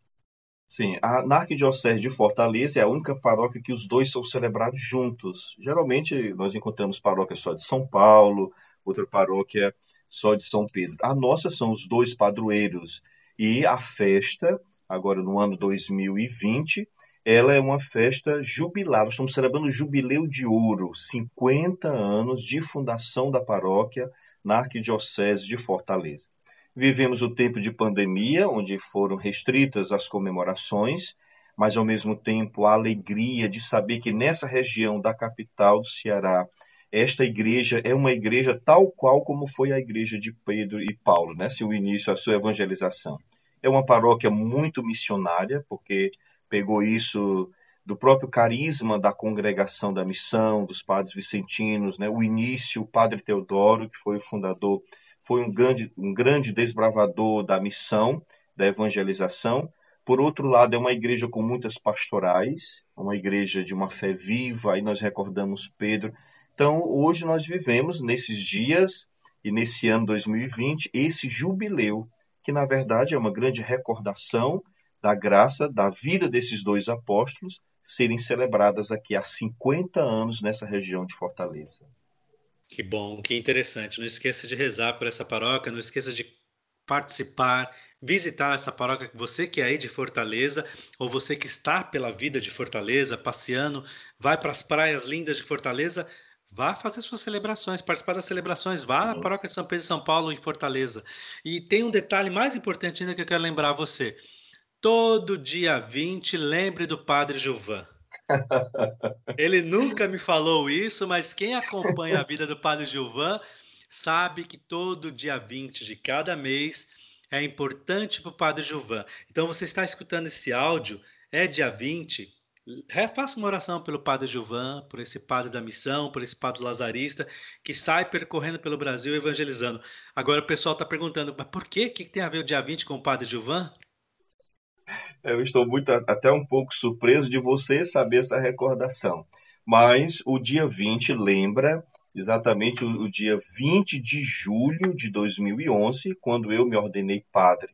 Sim, a, na Arquidiocese de Fortaleza é a única paróquia que os dois são celebrados juntos. Geralmente nós encontramos paróquias só de São Paulo, outra paróquia só de São Pedro. A nossa são os dois padroeiros. E a festa, agora no ano dois mil e vinte, ela é uma festa jubilar. Nós estamos celebrando o Jubileu de Ouro, cinquenta anos de fundação da paróquia na Arquidiocese de Fortaleza. Vivemos o tempo de pandemia, onde foram restritas as comemorações, mas ao mesmo tempo a alegria de saber que nessa região da capital do Ceará, esta igreja é uma igreja tal qual como foi a igreja de Pedro e Paulo, né? Seu início, a sua evangelização. É uma paróquia muito missionária, porque pegou isso do próprio carisma da congregação da missão, dos padres vicentinos, né? O início, o padre Teodoro, que foi o fundador, foi um grande, um grande desbravador da missão, da evangelização. Por outro lado, é uma igreja com muitas pastorais, uma igreja de uma fé viva, aí nós recordamos Pedro. Então, hoje nós vivemos, nesses dias e nesse ano dois mil e vinte, esse jubileu, que na verdade é uma grande recordação da graça, da vida desses dois apóstolos, serem celebradas aqui há cinquenta anos nessa região de Fortaleza. Que bom, que interessante. Não esqueça de rezar por essa paróquia, não esqueça de participar, visitar essa paróquia, você que é aí de Fortaleza, ou você que está pela vida de Fortaleza, passeando, vai para as praias lindas de Fortaleza, vá fazer suas celebrações, participar das celebrações, vá à Sim. paróquia de São Pedro e São Paulo, em Fortaleza. E tem um detalhe mais importante ainda que eu quero lembrar a você. Todo dia vinte, lembre do Padre Gilvan. Ele nunca me falou isso, mas quem acompanha a vida do Padre Gilvan sabe que todo dia vinte de cada mês é importante para o Padre Gilvan. Então você está escutando esse áudio, é dia vinte. Faça uma oração pelo Padre Gilvan, por esse padre da missão, por esse padre lazarista que sai percorrendo pelo Brasil evangelizando. Agora o pessoal está perguntando, mas por quê? O que tem a ver o dia vinte com o Padre Gilvan? Eu estou muito, até um pouco surpreso de você saber essa recordação. Mas o dia vinte lembra exatamente o, o dia vinte de julho de dois mil e onze, quando eu me ordenei padre.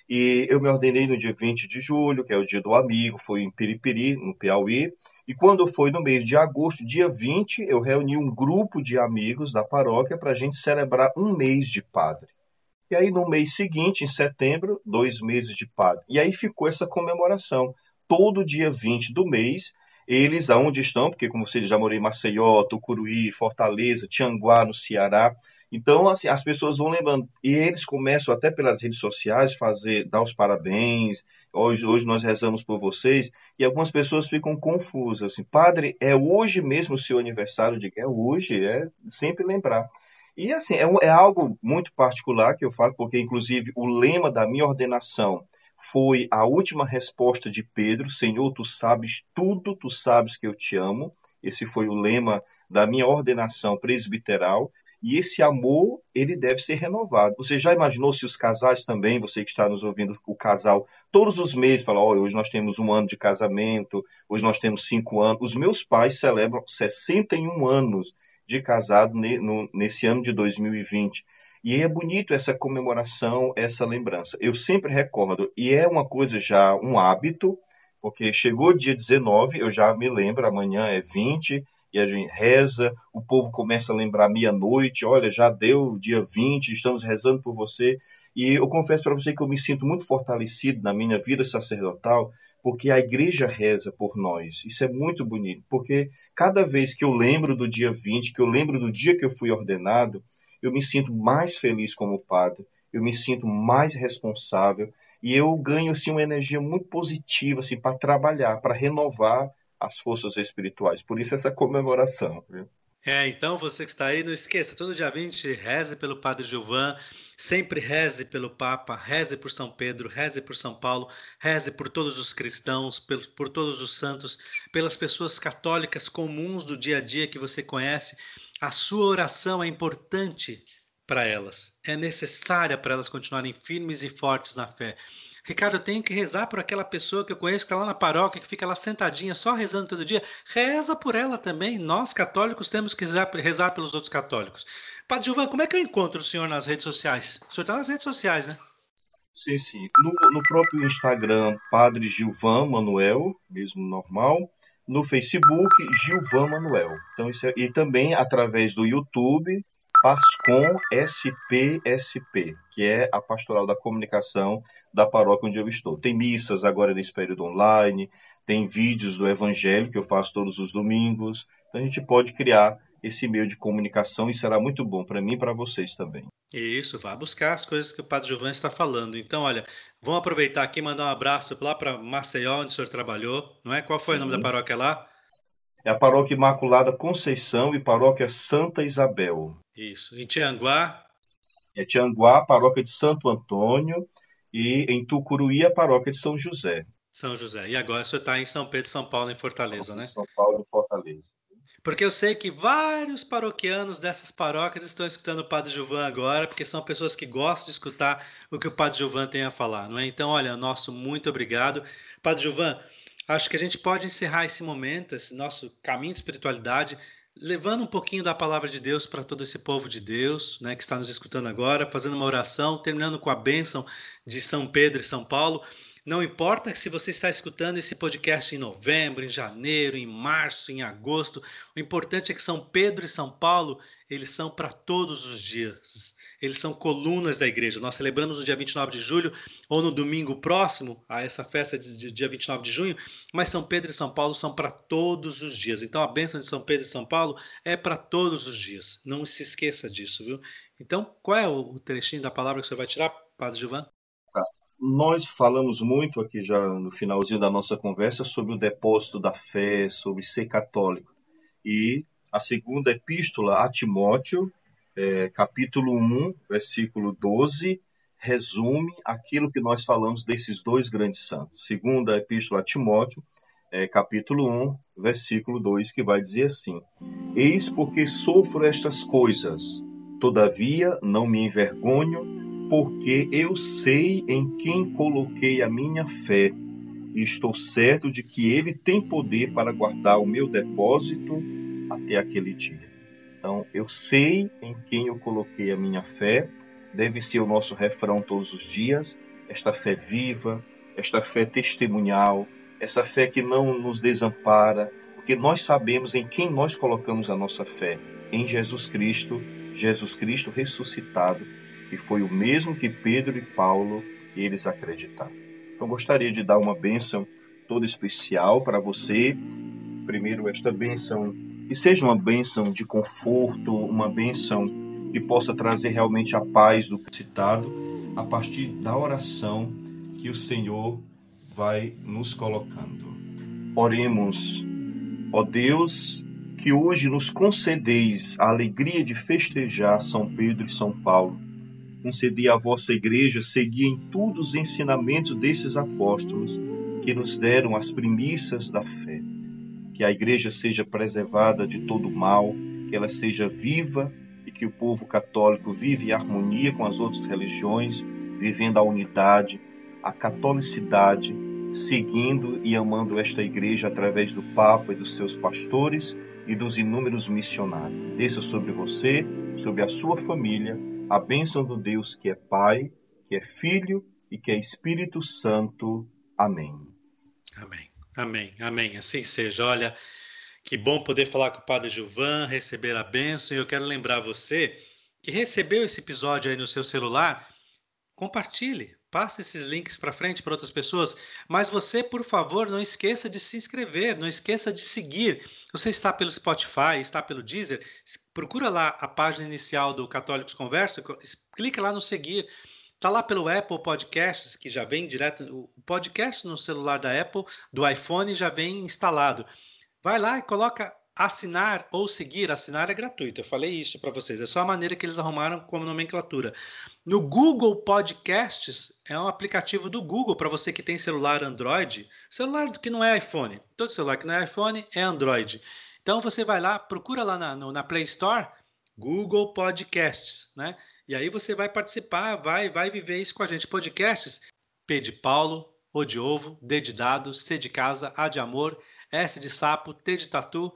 E eu me ordenei no dia vinte de julho, que é o dia do amigo, foi em Piripiri, no Piauí. E quando foi no mês de agosto, dia vinte, eu reuni um grupo de amigos da paróquia para a gente celebrar um mês de padre. E aí, no mês seguinte, em setembro, dois meses de padre. E aí ficou essa comemoração. Todo dia vinte do mês, eles aonde estão, porque como vocês já morei em Maceió, Tucuruí, Fortaleza, Tianguá, no Ceará. Então, assim, as pessoas vão lembrando. E eles começam até pelas redes sociais fazer, dar os parabéns. Hoje, hoje nós rezamos por vocês. E algumas pessoas ficam confusas. Assim, padre, é hoje mesmo o seu aniversário? De é hoje, é sempre lembrar. E assim, é, um- é algo muito particular que eu faço, porque inclusive o lema da minha ordenação foi a última resposta de Pedro: Senhor, tu sabes tudo, tu sabes que eu te amo. Esse foi o lema da minha ordenação presbiteral. E esse amor, ele deve ser renovado. Você já imaginou se os casais também, você que está nos ouvindo, o casal, todos os meses, fala, olha, hoje nós temos um ano de casamento, hoje nós temos cinco anos. Os meus pais celebram sessenta e um anos de casado ne- no- nesse ano de dois mil e vinte. E é bonito essa comemoração, essa lembrança. Eu sempre recordo, e é uma coisa já, um hábito, porque chegou dia dezenove, eu já me lembro, amanhã é vinte, e a gente reza, o povo começa a lembrar meia-noite, olha, já deu dia vinte, estamos rezando por você. E eu confesso para você que eu me sinto muito fortalecido na minha vida sacerdotal, porque a igreja reza por nós. Isso é muito bonito, porque cada vez que eu lembro do dia vinte, que eu lembro do dia que eu fui ordenado, eu me sinto mais feliz como padre, eu me sinto mais responsável e eu ganho assim uma energia muito positiva assim para trabalhar, para renovar as forças espirituais. Por isso essa comemoração, viu? É, então você que está aí, não esqueça, todo dia vinte, reze pelo Padre Gilvan, sempre reze pelo Papa, reze por São Pedro, reze por São Paulo, reze por todos os cristãos, por, por todos os santos, pelas pessoas católicas comuns do dia a dia que você conhece. A sua oração é importante para elas, é necessária para elas continuarem firmes e fortes na fé. Ricardo, eu tenho que rezar por aquela pessoa que eu conheço que está lá na paróquia, que fica lá sentadinha, só rezando todo dia. Reza por ela também. Nós, católicos, temos que rezar, rezar pelos outros católicos. Padre Gilvan, como é que eu encontro o senhor nas redes sociais? O senhor está nas redes sociais, né? Sim, sim. No, no próprio Instagram, Padre Gilvan Manuel, mesmo normal. No Facebook, Gilvan Manuel. Então, isso é- e também através do YouTube, Pascom S P S P, que é a Pastoral da Comunicação da paróquia onde eu estou. Tem missas agora nesse período online, tem vídeos do Evangelho que eu faço todos os domingos. Então, a gente pode criar esse meio de comunicação e será muito bom para mim e para vocês também. Isso, vá buscar as coisas que o Padre Gilvan está falando. Então, olha, vamos aproveitar aqui e mandar um abraço lá para Maceió, onde o senhor trabalhou, não é? Qual foi o nome da Sim. paróquia lá? É a Paróquia Imaculada Conceição e Paróquia Santa Isabel. Isso. Em Tianguá, É Tianguá, Paróquia de Santo Antônio e em Tucuruí, a Paróquia de São José. São José. E agora o senhor está em São Pedro, São Paulo, em Fortaleza, Paróquia de né? São Paulo e Fortaleza. Porque eu sei que vários paroquianos dessas paróquias estão escutando o Padre Gilvan agora, porque são pessoas que gostam de escutar o que o Padre Gilvan tem a falar, não é? Então, olha, nosso muito obrigado. Padre Gilvan, acho que a gente pode encerrar esse momento, esse nosso caminho de espiritualidade, levando um pouquinho da palavra de Deus para todo esse povo de Deus, né, que está nos escutando agora, fazendo uma oração, terminando com a bênção de São Pedro e São Paulo. Não importa se você está escutando esse podcast em novembro, em janeiro, em março, em agosto, o importante é que São Pedro e São Paulo, eles são para todos os dias. Eles são colunas da igreja. Nós celebramos no dia vinte e nove de julho ou no domingo próximo a essa festa de, de dia vinte e nove de junho, mas São Pedro e São Paulo são para todos os dias. Então a bênção de São Pedro e São Paulo é para todos os dias. Não se esqueça disso, viu? Então, qual é o trechinho da palavra que você vai tirar, Padre Gilvan? Tá. Nós falamos muito aqui já no finalzinho da nossa conversa sobre o depósito da fé, sobre ser católico. E a segunda epístola a Timóteo, é, capítulo um, versículo doze, resume aquilo que nós falamos desses dois grandes santos. Segunda epístola a Timóteo, é, capítulo um, versículo dois, que vai dizer assim: Eis porque sofro estas coisas, todavia não me envergonho, porque eu sei em quem coloquei a minha fé, e estou certo de que ele tem poder para guardar o meu depósito até aquele dia. Então, eu sei em quem eu coloquei a minha fé, deve ser o nosso refrão todos os dias, esta fé viva, esta fé testemunhal, essa fé que não nos desampara, porque nós sabemos em quem nós colocamos a nossa fé, em Jesus Cristo, Jesus Cristo ressuscitado, que foi o mesmo que Pedro e Paulo, eles acreditaram. Então, gostaria de dar uma bênção toda especial para você. Primeiro, esta bênção, que seja uma bênção de conforto, uma bênção que possa trazer realmente a paz do citado, a partir da oração que o Senhor vai nos colocando. Oremos. Ó Deus, que hoje nos concedeis a alegria de festejar São Pedro e São Paulo. Concedei à vossa igreja seguir em tudo os ensinamentos desses apóstolos que nos deram as primícias da fé. Que a igreja seja preservada de todo mal, que ela seja viva e que o povo católico vive em harmonia com as outras religiões, vivendo a unidade, a catolicidade, seguindo e amando esta igreja através do Papa e dos seus pastores e dos inúmeros missionários. Desça sobre você, sobre a sua família, a bênção do Deus que é Pai, que é Filho e que é Espírito Santo. Amém. Amém, amém, amém. Assim seja. Olha, que bom poder falar com o Padre Gilvan, receber a bênção. E eu quero lembrar você que recebeu esse episódio aí no seu celular, compartilhe, passe esses links para frente para outras pessoas. Mas você, por favor, não esqueça de se inscrever, não esqueça de seguir. Você está pelo Spotify, está pelo Deezer, procura lá a página inicial do Católicos Conversam, clica lá no seguir. Está lá pelo Apple Podcasts, que já vem direto, o podcast no celular da Apple, do iPhone já vem instalado. Vai lá e coloca assinar ou seguir. Assinar é gratuito, eu falei isso para vocês. É só a maneira que eles arrumaram como nomenclatura. No Google Podcasts, é um aplicativo do Google para você que tem celular Android. Celular que não é iPhone. Todo celular que não é iPhone é Android. Então você vai lá, procura lá na, no, na Play Store, Google Podcasts, né? E aí você vai participar, vai, vai viver isso com a gente. Podcasts, P de Paulo, O de ovo, D de dado, C de casa, A de amor, S de sapo, T de tatu,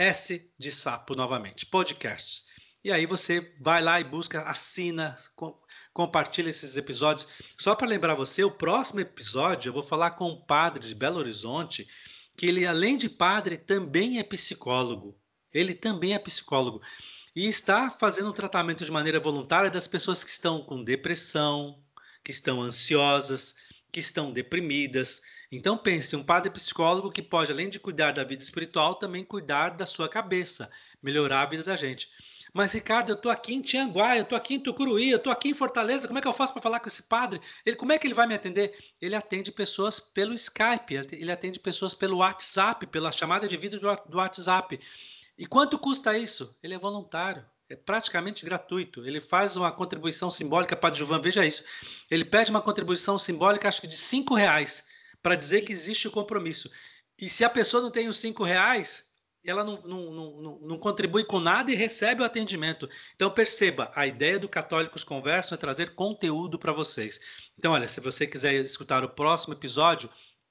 S de sapo novamente. Podcasts. E aí você vai lá e busca, assina, com, compartilha esses episódios. Só para lembrar você, o próximo episódio eu vou falar com um padre de Belo Horizonte, que ele, além de padre, também é psicólogo. Ele também é psicólogo. E está fazendo um tratamento de maneira voluntária das pessoas que estão com depressão, que estão ansiosas, que estão deprimidas. Então pense, um padre psicólogo que pode, além de cuidar da vida espiritual, também cuidar da sua cabeça, melhorar a vida da gente. Mas, Ricardo, eu estou aqui em Tianguá, eu estou aqui em Tucuruí, eu estou aqui em Fortaleza, como é que eu faço para falar com esse padre? Ele, como é que ele vai me atender? Ele atende pessoas pelo Skype, ele atende pessoas pelo WhatsApp, pela chamada de vídeo do WhatsApp. E quanto custa isso? Ele é voluntário, é praticamente gratuito. Ele faz uma contribuição simbólica, Padre Gilvan, veja isso. Ele pede uma contribuição simbólica, acho que de cinco reais, para dizer que existe o compromisso. E se a pessoa não tem os cinco reais, ela não, não, não, não contribui com nada e recebe o atendimento. Então perceba, a ideia do Católicos Conversam é trazer conteúdo para vocês. Então olha, se você quiser escutar o próximo episódio,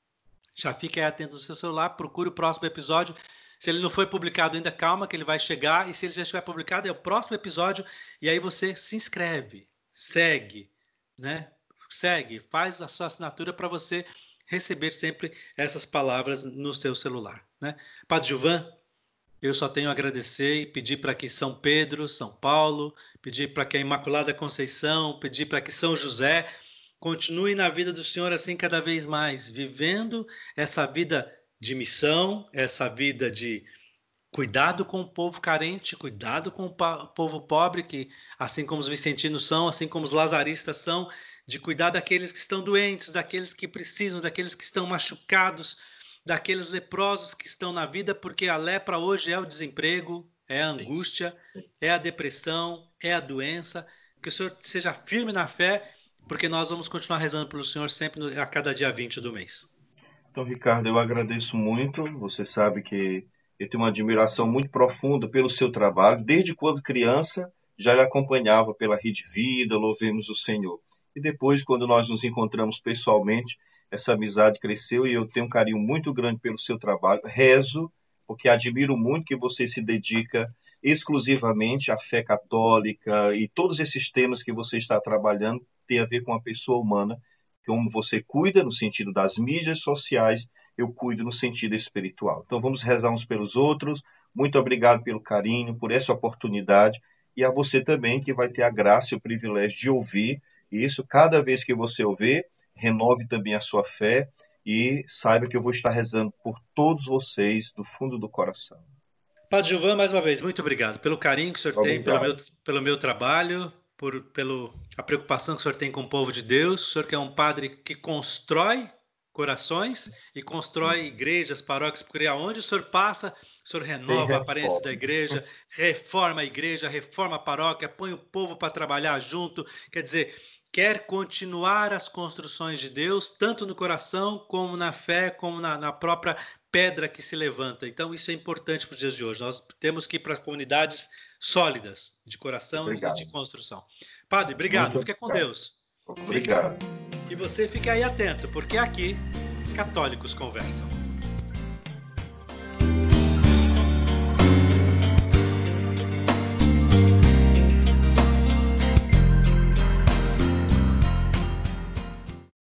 já fique aí atento no seu celular, procure o próximo episódio. Se ele não foi publicado ainda, calma que ele vai chegar. E se ele já estiver publicado, é o próximo episódio. E aí você se inscreve, segue, né? Segue, faz a sua assinatura para você receber sempre essas palavras no seu celular, né? Padre Gilvan, eu só tenho a agradecer e pedir para que São Pedro, São Paulo, pedir para que a Imaculada Conceição, pedir para que São José continue na vida do Senhor assim cada vez mais, vivendo essa vida de missão, essa vida de cuidado com o povo carente, cuidado com o povo pobre, que assim como os vicentinos são, assim como os lazaristas são, de cuidar daqueles que estão doentes, daqueles que precisam, daqueles que estão machucados, daqueles leprosos que estão na vida, porque a lepra hoje é o desemprego, é a angústia, é a depressão, é a doença. Que o Senhor seja firme na fé, porque nós vamos continuar rezando pelo Senhor sempre a cada dia vinte do mês. Então, Ricardo, eu agradeço muito. Você sabe que eu tenho uma admiração muito profunda pelo seu trabalho. Desde quando criança, já lhe acompanhava pela Rede Vida, Louvemos o Senhor. E depois, quando nós nos encontramos pessoalmente, essa amizade cresceu e eu tenho um carinho muito grande pelo seu trabalho. Rezo, porque admiro muito que você se dedica exclusivamente à fé católica e todos esses temas que você está trabalhando têm a ver com a pessoa humana, como você cuida no sentido das mídias sociais, eu cuido no sentido espiritual. Então vamos rezar uns pelos outros. Muito obrigado pelo carinho, por essa oportunidade e a você também que vai ter a graça e o privilégio de ouvir isso. Cada vez que você ouvir, renove também a sua fé e saiba que eu vou estar rezando por todos vocês do fundo do coração. Padre Gilvan, mais uma vez, muito obrigado pelo carinho que o senhor tem pelo meu, Obrigado. pelo meu trabalho, por pelo, a preocupação que o senhor tem com o povo de Deus. O senhor que é um padre que constrói corações e constrói igrejas, paróquias, porque aonde o senhor passa, o senhor Tem renova a aparência da reforma. igreja, reforma a igreja, reforma a paróquia, põe o povo para trabalhar junto. Quer dizer, quer continuar as construções de Deus, tanto no coração, como na fé, como na, na própria pedra que se levanta. Então, isso é importante para os dias de hoje. Nós temos que ir para comunidades sólidas, de coração e de Obrigado. construção. Padre, obrigado. Muito Fica com obrigado. Deus. Fica... Obrigado. E você fica aí atento, porque aqui, católicos conversam.